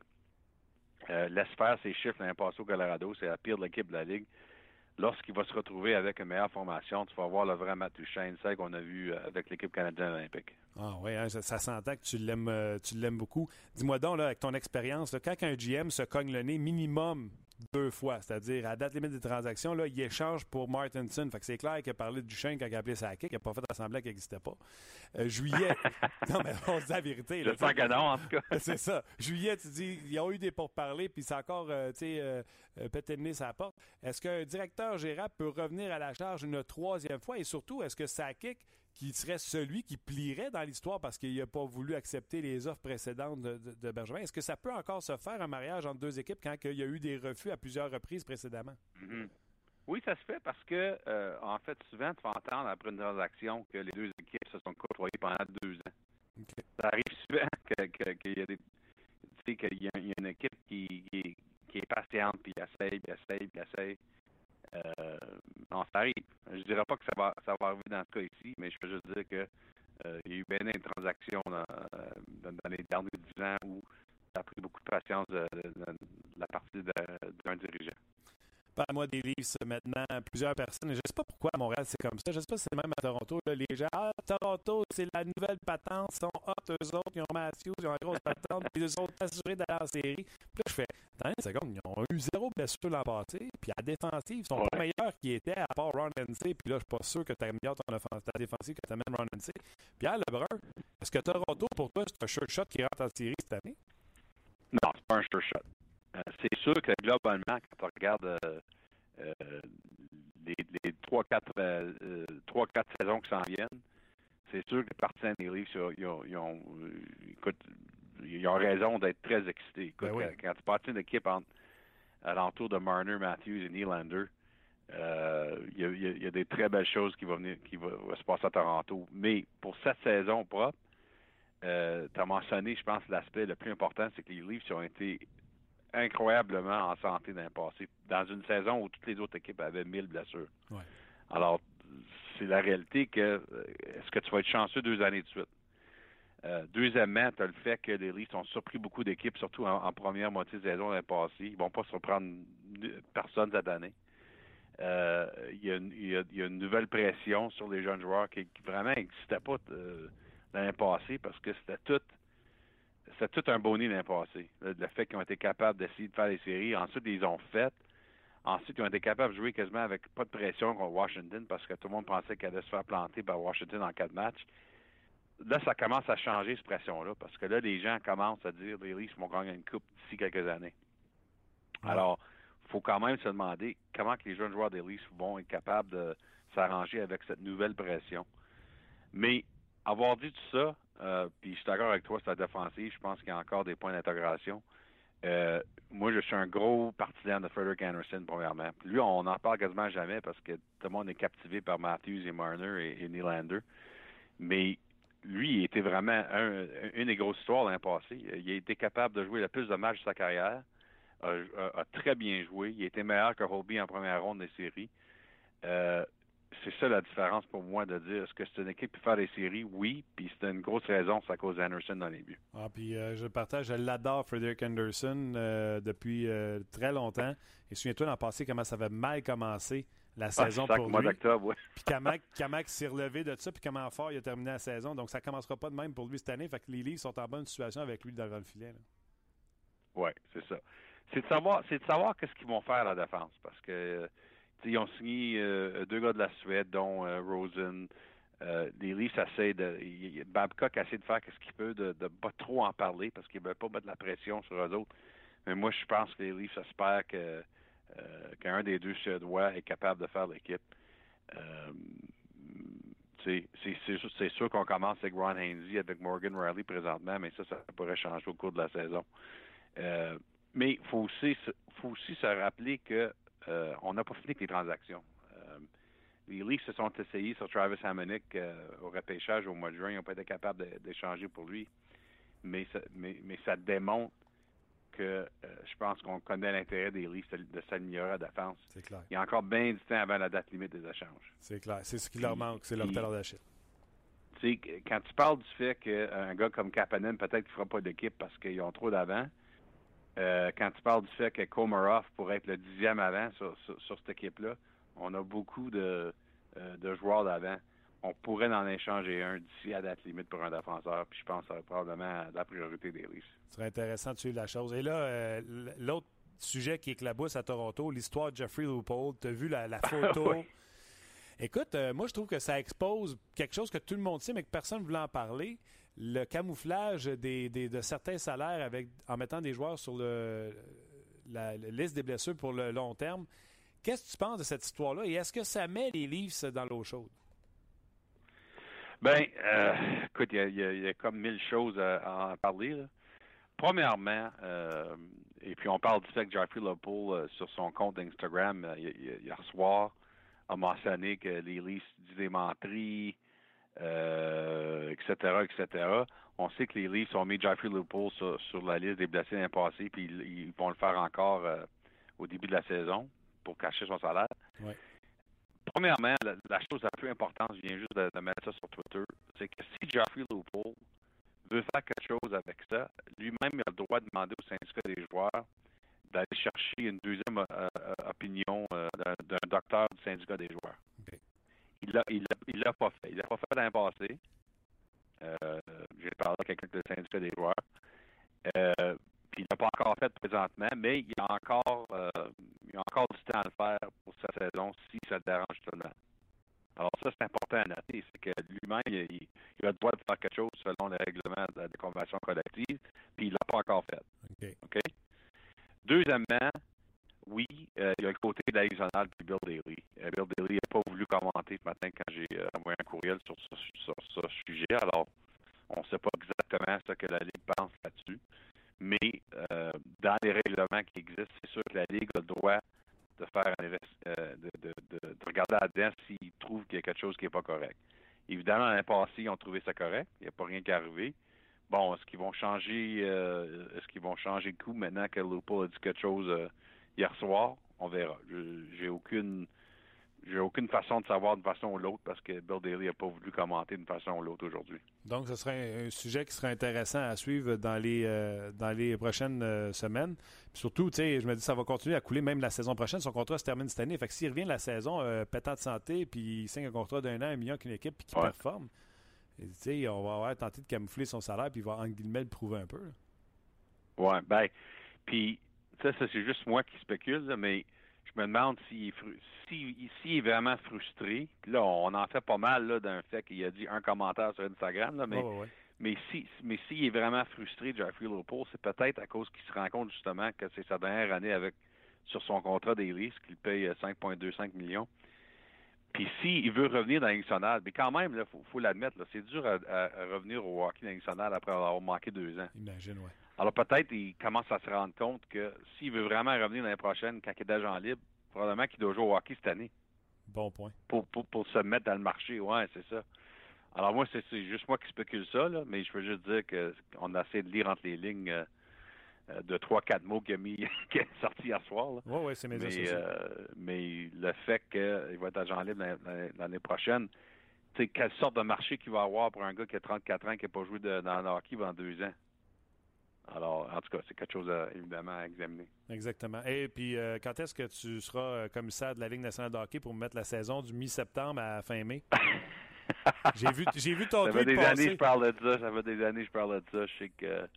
euh, laisse faire ses chiffres l'année passée au Colorado, c'est la pire de l'équipe de la Ligue. Lorsqu'il va se retrouver avec une meilleure formation, tu vas voir le vrai Matt Duchesne, celle qu'on a vu avec l'équipe canadienne olympique. Ah oui, hein, ça, ça s'entend que tu l'aimes, euh, tu l'aimes beaucoup. Dis-moi donc, là, avec ton expérience, là, quand un G M se cogne le nez minimum deux fois, c'est-à-dire à la date limite des transactions, là, il échange pour Martinson. Fait que c'est clair qu'il a parlé de Duchesne quand il a appelé sa kick, il n'a pas fait semblant qu'il n'existait pas. Euh, juillet, non mais on se dit la vérité. Je sens que non, en tout cas. C'est ça. Juillet, tu dis, ils ont eu des pourparlers, puis c'est encore, euh, tu sais, euh, euh, péter le nez sur la porte. Est-ce qu'un directeur gérable peut revenir à la charge une troisième fois? Et surtout, est-ce que sa kick, qui serait celui qui plierait dans l'histoire parce qu'il n'a pas voulu accepter les offres précédentes de, de, de Bergevin. Est-ce que ça peut encore se faire, un mariage entre deux équipes, quand il y a eu des refus à plusieurs reprises précédemment? Mm-hmm. Oui, ça se fait parce que, euh, en fait, souvent, tu vas entendre après une transaction que les deux équipes se sont côtoyées pendant deux ans. Okay. Ça arrive souvent que, que, qu'il y a des, tu sais, qu'il y a, il y a une équipe qui, qui, qui est patiente, puis essaye, puis essaye, puis essaye. Euh, non, ça arrive. Je dirais pas que ça va, ça va arriver dans ce cas ici, mais je peux juste dire que euh, il y a eu bien des transactions dans, dans, dans les derniers dix ans où ça a pris beaucoup de patience de, de, de, de la partie de, d'un dirigeant. Parle-moi des Leafs maintenant. Plusieurs personnes, je ne sais pas pourquoi à Montréal c'est comme ça. Je ne sais pas si c'est même à Toronto. Là, les gens, ah, Toronto, c'est la nouvelle patente. Ils sont hot, eux autres. Ils ont Matthews, ils ont la grosse patente. Puis ils sont assurés d'aller en série. Puis là, je fais, dans une seconde, ils ont eu zéro blessure l'an passé. Puis à la défensive, ils sont ouais. pas meilleurs qu'ils étaient à part Ron N C. Puis là, je suis pas sûr que tu as meilleur ton offense, ta défensive que tu amènes Ron N C. Pierre Lebrun, est-ce que Toronto, pour toi, c'est un sure shot qui rentre en série cette année? Non, c'est pas un sure shot. Euh, c'est sûr que globalement, quand on regarde euh, euh, les, les trois quatre euh, saisons qui s'en viennent, c'est sûr que les partisans des Leafs, ils ont, ils ont, écoute, ils ont raison d'être très excités. Écoute, ben oui. quand, quand tu partis une équipe entre, à l'entour de Marner, Matthews et Nylander, euh, il, y a, il y a des très belles choses qui vont venir, qui vont se passer à Toronto. Mais pour cette saison propre, euh, tu as mentionné, je pense, l'aspect le plus important, c'est que les Leafs ont été incroyablement en santé dans le passé, dans une saison où toutes les autres équipes avaient mille blessures. Ouais. Alors, c'est la réalité que est-ce que tu vas être chanceux deux années de suite? Euh, deuxièmement, tu as le fait que les Leafs ont surpris beaucoup d'équipes, surtout en, en première moitié de saison l'année passée. Ils ne vont pas surprendre personne cette année. Euh, il, y a une, il, y a, il y a une nouvelle pression sur les jeunes joueurs qui, qui vraiment n'existait pas euh, l'année passée parce que c'était tout c'était tout un bonnet l'année passée. Le, le fait qu'ils ont été capables d'essayer de faire les séries. Ensuite, ils ont fait. Ensuite, ils ont été capables de jouer quasiment avec pas de pression contre Washington parce que tout le monde pensait qu'elle allait se faire planter par Washington en quatre matchs. Là, ça commence à changer, cette pression-là, parce que là, les gens commencent à dire les Leafs vont gagner une coupe d'ici quelques années. Alors, il faut quand même se demander comment que les jeunes joueurs des Leafs vont être capables de s'arranger avec cette nouvelle pression. Mais avoir dit tout ça, euh, puis je suis d'accord avec toi sur la défensive, je pense qu'il y a encore des points d'intégration. Euh, moi, je suis un gros partisan de Frederik Andersen, premièrement. Puis lui, on n'en parle quasiment jamais parce que tout le monde est captivé par Matthews et Marner et, et Nylander. Mais lui, il était vraiment un, une des grosses histoires l'année passée. Il a été capable de jouer le plus de matchs de sa carrière, a, a, a très bien joué. Il était meilleur que Holtby en première ronde des séries. Euh, c'est ça la différence pour moi de dire est-ce que c'est une équipe qui peut faire des séries? Oui, puis c'est une grosse raison, c'est à cause d'Anderson dans les buts. Ah, puis euh, je le partage, je l'adore, Frederik Andersen, euh, depuis euh, très longtemps. Et souviens-toi, l'an passé, comment ça avait mal commencé la saison ah, pour mois lui. d'octobre, oui. Puis Kamak, Kamak s'est relevé de ça, puis comment fort il a terminé la saison. Donc ça ne commencera pas de même pour lui cette année. Fait que les Leafs sont en bonne situation avec lui devant le filet. Oui, c'est ça. C'est de savoir, c'est de savoir qu'est-ce qu'ils vont faire à la défense, parce que ils ont signé euh, deux gars de la Suède, dont euh, Rosen. Euh, les Leafs essaient de. Y, Babcock essaie de faire ce qu'il peut, de ne pas trop en parler, parce qu'il ne veut pas mettre de la pression sur eux autres. Mais moi, je pense que les Leafs espèrent que euh, qu'un des deux Suédois est capable de faire l'équipe. Euh, c'est, c'est, c'est sûr qu'on commence avec Ron Hainsey, avec Morgan Riley présentement, mais ça, ça pourrait changer au cours de la saison. Euh, mais il faut aussi, faut aussi se rappeler que euh, on n'a pas fini avec les transactions. Euh, les Leafs se sont essayés sur Travis Hamonic euh, au repêchage au mois de juin. Ils n'ont pas été capables de, d'échanger pour lui. Mais ça, mais, mais ça démontre que euh, je pense qu'on connaît l'intérêt des Leafs de, de s'améliorer à la défense. C'est clair. Il y a encore bien du temps avant la date limite des échanges. C'est clair. C'est ce qui leur manque. C'est leur talent d'achat. Tu sais, quand tu parles du fait qu'un gars comme Kapanen, peut-être qu'il ne fera pas d'équipe parce qu'ils ont trop d'avant, euh, quand tu parles du fait que Komarov pourrait être le dixième avant sur, sur, sur cette équipe-là, on a beaucoup de, euh, de joueurs d'avant. On pourrait en échanger un d'ici à date limite pour un défenseur, puis je pense que ça va probablement la priorité des Leafs. Ce serait intéressant de suivre la chose. Et là, euh, l'autre sujet qui éclabousse à Toronto, l'histoire de Jeffrey Lupul. Tu as vu la, la photo? Oui. Écoute, euh, moi, je trouve que ça expose quelque chose que tout le monde sait, mais que personne ne voulait en parler. Le camouflage des, des, de certains salaires avec, en mettant des joueurs sur le, la, la liste des blessures pour le long terme. Qu'est-ce que tu penses de cette histoire-là? Et est-ce que ça met les Leafs dans l'eau chaude? Ben, euh, écoute, il y, y, y a comme mille choses à, à en parler, là. Premièrement, euh, et puis on parle du fait que Jeffrey Lupul, euh, sur son compte Instagram, euh, hier soir, a mentionné que les Leafs disent des menteries, euh, et cetera, et cetera. On sait que les Leafs ont mis Jeffrey Lupul sur, sur la liste des blessés l'année passée, puis ils, ils vont le faire encore euh, au début de la saison pour cacher son salaire. Oui. Premièrement, la, la chose la plus importante, je viens juste de, de mettre ça sur Twitter, c'est que si Jeffrey Lupul veut faire quelque chose avec ça, lui-même il a le droit de demander au syndicat des joueurs d'aller chercher une deuxième euh, opinion euh, d'un, d'un docteur du syndicat des joueurs. Okay. Il l'a il l'a, il l'a pas fait. Il l'a pas fait dans le passé. Euh, j'ai parlé à quelqu'un du syndicat des joueurs. Euh, puis il l'a pas encore fait présentement, mais il y a encore euh, il y a encore du temps à le faire pour cette saison si ça le dérange tout le monde. Alors ça, c'est important à noter, c'est que lui-même, il, il a le droit de faire quelque chose selon les règlements de la convention collective, puis il ne l'a pas encore fait. Okay. OK? Deuxièmement, oui, euh, il y a le côté de la Ligue nationale puis Bill Daly. Euh, Bill Daly n'a pas voulu commenter ce matin quand j'ai euh, envoyé un courriel sur ce, sur ce sujet. Alors, on ne sait pas exactement ce que la Ligue pense là-dessus. Mais euh, dans les règlements qui existent, c'est sûr que la Ligue a le droit de faire un, euh, de, de, de, de regarder là-dedans s'ils trouvent qu'il y a quelque chose qui n'est pas correct. Évidemment, l'année passée, ils ont trouvé ça correct. Il n'y a pas rien qui est arrivé. Bon, est-ce qu'ils vont changer euh, est-ce qu'ils vont changer le coup maintenant que Lupo a dit quelque chose euh, hier soir? On verra. Je, j'ai aucune j'ai aucune façon de savoir d'une façon ou l'autre parce que Bill Daly n'a pas voulu commenter d'une façon ou l'autre aujourd'hui. Donc, ce serait un, un sujet qui serait intéressant à suivre dans les euh, dans les prochaines euh, semaines. Puis surtout, tu sais, je me dis ça va continuer à couler même la saison prochaine. Son contrat se termine cette année. Fait que s'il revient de la saison euh, pétant de santé, puis il signe un contrat d'un an, un million avec une équipe, puis qu'il ouais. performe, tu sais, on va avoir tenté de camoufler son salaire, puis il va, en guillemets, le prouver un peu. Là. Ouais, ben, puis ça, ça c'est juste moi qui spécule, là, mais je me demande s'il est, fru- s'il, s'il est vraiment frustré. Puis là, on en fait pas mal là, d'un fait qu'il a dit un commentaire sur Instagram, là, mais, ouais, ouais, ouais. mais si mais s'il est vraiment frustré, Jeffrey Lupul, c'est peut-être à cause qu'il se rend compte justement que c'est sa dernière année avec sur son contrat des risques, qu'il paye cinq virgule vingt-cinq millions. Puis s'il veut revenir dans la Ligue nationale, mais quand même, il faut, faut l'admettre, là, c'est dur à, à, à revenir au hockey dans la Ligue nationale après avoir manqué deux ans. Imagine, oui. Alors peut-être il commence à se rendre compte que s'il veut vraiment revenir l'année prochaine, quand il est d'agent libre, probablement qu'il doit jouer au hockey cette année. Bon point. Pour, pour, pour se mettre dans le marché, ouais, c'est ça. Alors moi, c'est, c'est juste moi qui spécule ça, là, mais je veux juste dire qu'on a essayé de lire entre les lignes euh, de trois quatre mots qu'il a mis, qui est sorti hier soir. Là. Oui, oui, c'est médias mais, sociaux. euh, mais le fait qu'il va être agent libre l'année, l'année prochaine, tu sais, quelle sorte de marché qu'il va avoir pour un gars qui a trente-quatre ans, qui n'a pas joué de, dans le hockey pendant deux ans? Alors, en tout cas, c'est quelque chose, à, évidemment, à examiner. Exactement. Et puis, euh, quand est-ce que tu seras euh, commissaire de la Ligue nationale de hockey pour mettre la saison du mi-septembre à fin mai? j'ai vu j'ai vu ton ça tweet fait des passer. années que je parle de ça. Ça fait des années que je parle de ça. Je sais que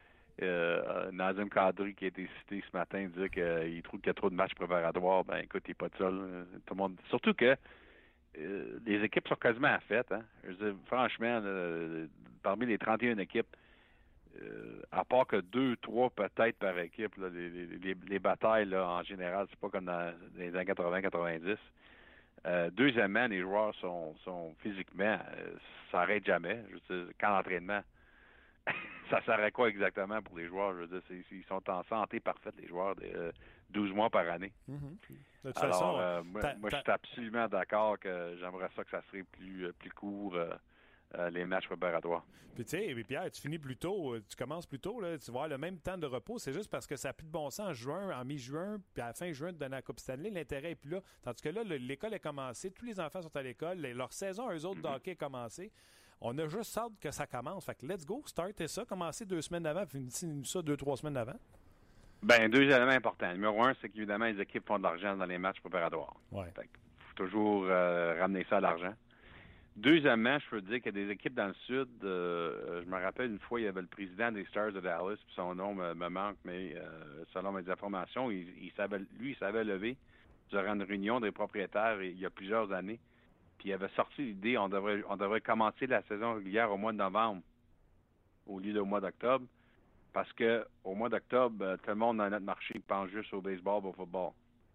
euh, Nazem Kadri, qui a été cité ce matin, disait qu'il trouve qu'il y a trop de matchs préparatoires. Ben, écoute, il n'est pas de seul. Tout le monde... Surtout que euh, les équipes sont quasiment à fête. Hein? Je veux dire, franchement, là, parmi les trente et une équipes, Euh, à part que deux, trois peut-être par équipe, là, les, les, les batailles là, en général, c'est pas comme dans les années quatre-vingts quatre-vingt-dix. Euh, deuxièmement, les joueurs sont, sont physiquement, euh, ça s'arrête jamais. Je veux dire, quand l'entraînement, ça s'arrête quoi exactement pour les joueurs? Je veux dire, c'est, ils sont en santé parfaite, les joueurs, de euh, douze mois par année. Mm-hmm. De toute Alors, façon, euh, moi, t'as, moi t'as... je suis absolument d'accord que j'aimerais ça que ça serait plus, plus court. Euh, Euh, les matchs préparatoires. Puis tu sais, Pierre, tu finis plus tôt, tu commences plus tôt, là, tu vas avoir le même temps de repos, c'est juste parce que ça n'a plus de bon sens en juin, en mi-juin, puis à la fin juin de donner la Coupe Stanley, l'intérêt n'est plus là. Tandis que là, le, l'école est commencée, tous les enfants sont à l'école, les, leur saison, eux autres, mm-hmm. de hockey est commencée. On a juste hâte que ça commence. Fait que let's go, startez ça, commencez deux semaines avant, puis finissez ça deux, trois semaines avant. Ben deux éléments importants. Numéro un, c'est qu'évidemment, les équipes font de l'argent dans les matchs préparatoires. Ouais. Fait qu'il faut toujours euh, ramener ça à l'argent. Deuxièmement, je peux dire qu'il y a des équipes dans le Sud. Euh, je me rappelle une fois, il y avait le président des Stars de Dallas, puis son nom me, me manque, mais euh, selon mes informations, il, il savait, lui, il savait lever durant une réunion des propriétaires il y a plusieurs années. Puis il avait sorti l'idée, on devrait, on devrait commencer la saison régulière au mois de novembre au lieu du mois d'octobre, parce que au mois d'octobre, tout le monde dans notre marché pense juste au baseball et au football.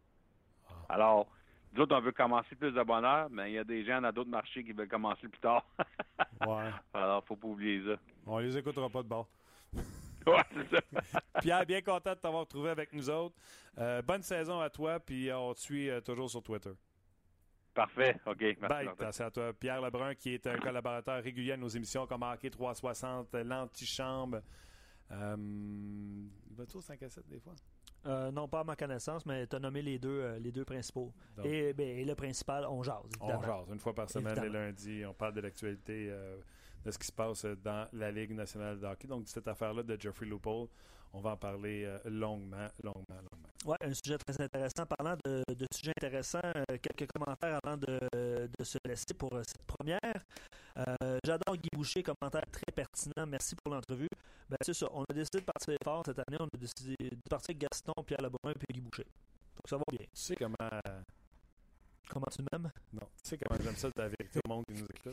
Alors, nous autres, on veut commencer plus de bonne heure, mais il y a des gens dans d'autres marchés qui veulent commencer plus tard. Ouais. Alors, faut pas oublier ça. On les écoutera pas de bord. Ouais, c'est ça. Pierre, bien content de t'avoir retrouvé avec nous autres. Euh, bonne saison à toi, puis on te suit euh, toujours sur Twitter. Parfait. OK. Merci. Bye. Merci à toi. Pierre Lebrun, qui est un collaborateur régulier à nos émissions comme Hockey trois cent soixante, l'Antichambre. Euh, il va-tu au cinq à sept des fois? Euh, non, pas à ma connaissance, mais tu as nommé les deux, euh, les deux principaux. Donc, et, ben, et le principal, on jase, évidemment. On jase. Une fois par semaine, évidemment. les lundis, on parle de l'actualité euh, de ce qui se passe dans la Ligue nationale de hockey. Donc, cette affaire-là de Jeffrey Lupul, on va en parler euh, longuement, longuement, longuement. Oui, un sujet très intéressant. Parlant de, de sujets intéressants, euh, quelques commentaires avant de, de se laisser pour euh, cette première. Euh, j'adore Guy Boucher, commentaire très pertinent. Merci pour l'entrevue. Ben, c'est ça. On a décidé de partir fort cette année. On a décidé de partir avec Gaston, Pierre Lebrun et Guy Boucher. Donc ça va bien. Tu sais comment... Euh... Comment tu m'aimes? Non. Tu sais comment j'aime ça de la vérité au monde qui nous écoute?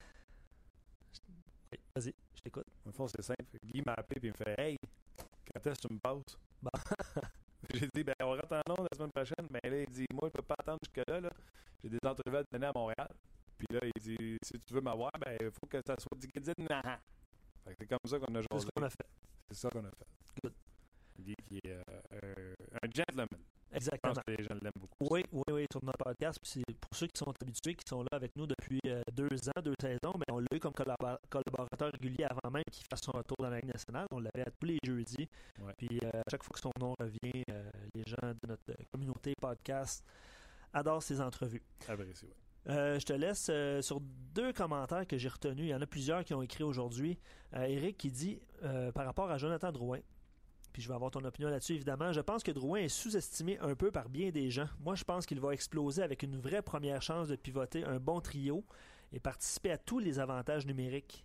Oui, vas-y, je t'écoute. Au fond, c'est simple. Guy m'a appelé et il me fait « Hey, quand est-ce que tu me passes? » Bon. J'ai dit, ben, on rentre en ondes la semaine prochaine. Mais là, il dit, moi, je ne peux pas attendre jusque-là. Là. J'ai des entrevues à donner à Montréal. Puis là, il dit, si tu veux m'avoir, ben, il faut que ça soit dit qu'il dit, non. Fait que c'est comme ça qu'on a joué. C'est ce qu'on a fait. C'est ça qu'on a fait. Good. Guy qui est euh, un gentleman. Exactement. Je pense que les gens l'aiment beaucoup. Oui, oui, oui, sur notre podcast. Puis c'est pour ceux qui sont habitués, qui sont là avec nous depuis euh, deux ans, deux saisons, mais on l'a eu comme collabor- collaborateur régulier avant même qu'il fasse son retour dans la Ligue nationale. On l'avait à tous les jeudis. Ouais. Puis euh, à chaque fois que son nom revient, euh, les gens de notre communauté podcast adorent ces entrevues. Apprécié, oui. Euh, je te laisse euh, sur deux commentaires que j'ai retenus. Il y en a plusieurs qui ont écrit aujourd'hui. Euh, Éric qui dit, euh, par rapport à Jonathan Drouin, puis je vais avoir ton opinion là-dessus, évidemment. Je pense que Drouin est sous-estimé un peu par bien des gens. Moi, je pense qu'il va exploser avec une vraie première chance de pivoter un bon trio et participer à tous les avantages numériques.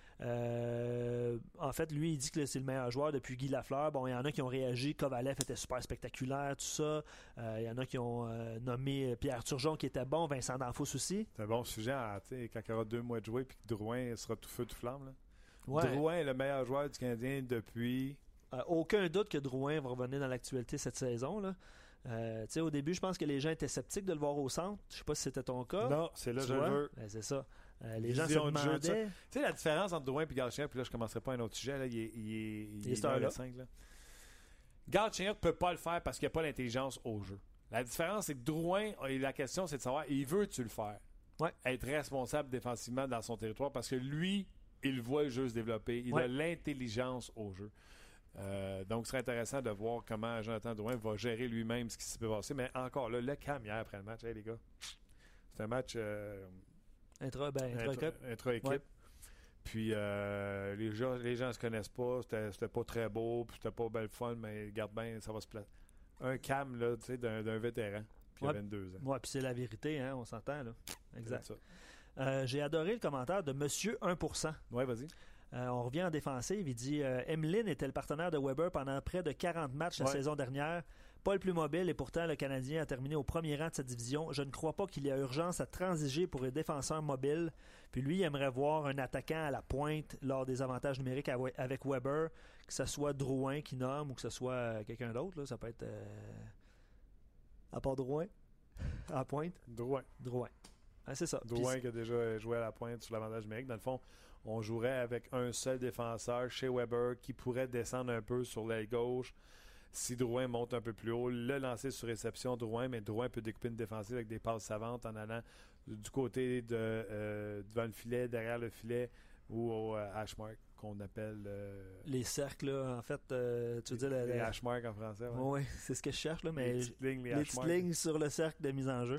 Euh, en fait, lui, il dit que c'est le meilleur joueur depuis Guy Lafleur. Bon, il y en a qui ont réagi. Kovalev était super spectaculaire, tout ça. Euh, il y en a qui ont euh, nommé Pierre Turgeon qui était bon, Vincent D'Anfos aussi. C'est un bon sujet à, quand il y aura deux mois de jouer puis que Drouin sera tout feu, tout flamme. Là. Ouais. Drouin est le meilleur joueur du Canadien depuis... Euh, aucun doute que Drouin va revenir dans l'actualité cette saison. Là. Euh, au début, je pense que les gens étaient sceptiques de le voir au centre. Je ne sais pas si c'était ton cas. Non, c'est là que je le veux. Ben, c'est ça. Euh, les gens se demandaient... Tu sais, la différence entre Drouin et Galchenyuk, puis là, je ne commencerai pas un autre sujet. Là, il est, il est, il est là. cinq. Galchenyuk ne peut pas le faire parce qu'il n'y a pas l'intelligence au jeu. La différence, c'est que Drouin, la question, c'est de savoir, il veut-tu le faire? Ouais. Être responsable défensivement dans son territoire parce que lui, il voit le jeu se développer. Il ouais. a l'intelligence au jeu. Euh, donc, ce serait intéressant de voir comment Jonathan Drouin va gérer lui-même ce qui s'est passé. Mais encore là, le calme hier après le match, hey, les gars, c'est un match euh, intra, ben, intra-équipe. Intra-équipe. Ouais. Puis euh, les gens les gens se connaissent pas, c'était, c'était pas très beau, puis c'était pas belle fun, mais regarde bien, ça va se placer. Un calme là, tu sais, d'un, d'un vétéran, puis ouais. il a vingt-deux ans. Ouais, puis c'est la vérité, hein, on s'entend là. Exact. Euh, j'ai adoré le commentaire de Monsieur un pour cent. Ouais, vas-y. Euh, on revient en défensive. Il dit euh, Emeline était le partenaire de Weber pendant près de quarante matchs la ouais. saison dernière. Pas le plus mobile et pourtant le Canadien a terminé au premier rang de cette division. Je ne crois pas qu'il y a urgence à transiger pour un défenseur mobile. Puis lui, il aimerait voir un attaquant à la pointe lors des avantages numériques avec Weber, que ce soit Drouin qui nomme ou que ce soit quelqu'un d'autre. Là. Ça peut être... Euh... À part Drouin? À la pointe? Drouin. Drouin. Ah, c'est ça. Drouin Puis... qui a déjà joué à la pointe sur l'avantage numérique. Dans le fond, on jouerait avec un seul défenseur chez Weber qui pourrait descendre un peu sur l'aile gauche. Si Drouin monte un peu plus haut, le lancer sur réception, Drouin, mais Drouin peut découper une défensive avec des passes savantes en allant du côté de euh, devant le filet, derrière le filet ou au euh, hash mark qu'on appelle... Euh... Les cercles, là, en fait, euh, tu veux dire... Les, la, les la... hash marks en français. Oui, ouais, c'est ce que je cherche, là, mais... Les petites lignes, les, les petites lignes sur le cercle de mise en jeu.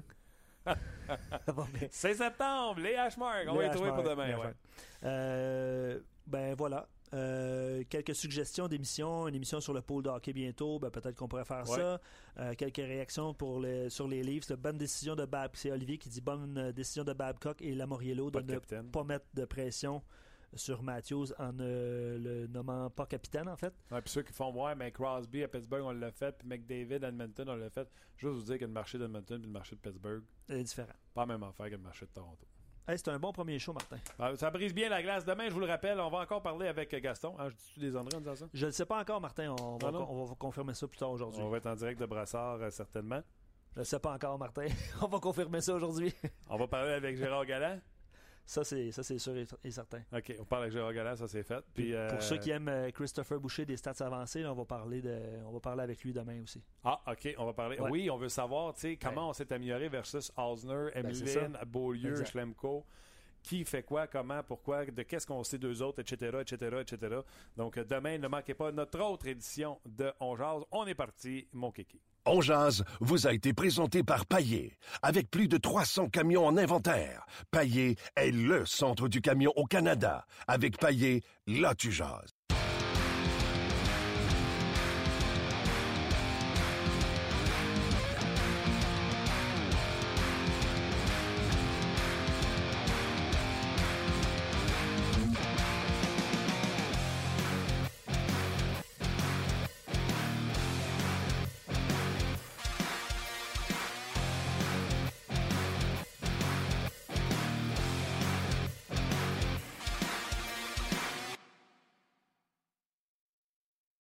C'est septembre, les hash marks. On va les trouver pour demain. Ouais. Euh, ben voilà. Euh, quelques suggestions d'émissions, une émission sur le pôle de hockey bientôt, ben peut-être qu'on pourrait faire ouais. ça. Euh, quelques réactions pour les, sur les livres. C'est bonne décision de Babcock. C'est Olivier qui dit bonne décision de Babcock et Lamoriello de ne capitaine. pas mettre de pression sur Matthews en ne le nommant pas capitaine, en fait. Ouais, puis ceux qui font ouais, mais Crosby à Pittsburgh, on l'a fait, puis McDavid à Edmonton, on l'a fait. Juste vous dire que le marché d'Edmonton et le marché de Pittsburgh, c'est différent. Pas la même affaire que le marché de Toronto. Hey, c'est un bon premier show, Martin. Ah, ça brise bien la glace. Demain, je vous le rappelle, on va encore parler avec Gaston. Ah, je dis-tu des André en disant ça? Je ne le sais pas encore, Martin. On va, non, non. on va confirmer ça plus tard aujourd'hui. On va être en direct de Brassard, euh, certainement. Je ne le sais pas encore, Martin. On va confirmer ça aujourd'hui. On va parler avec Gérard Galland. Ça, c'est, ça, c'est sûr et, et certain. OK, on parle avec Gérard Galland, ça c'est fait. Puis, euh... Pour ceux qui aiment euh, Christopher Boucher des stats avancés, là, on, va parler de, on va parler avec lui demain aussi. Ah, OK, on va parler. Ouais. Oui, on veut savoir comment ouais. on s'est amélioré versus Osner, Emeline, ben, Beaulieu, Schlemko. Qui fait quoi, comment, pourquoi, de qu'est-ce qu'on sait d'eux autres, et cetera, et cetera, et cetera. Donc, demain, ne manquez pas notre autre édition de On Jase. On est parti, mon kiki. On Jase vous a été présenté par Paillé. Avec plus de trois cents camions en inventaire, Paillé est le centre du camion au Canada. Avec Paillé, là tu jases.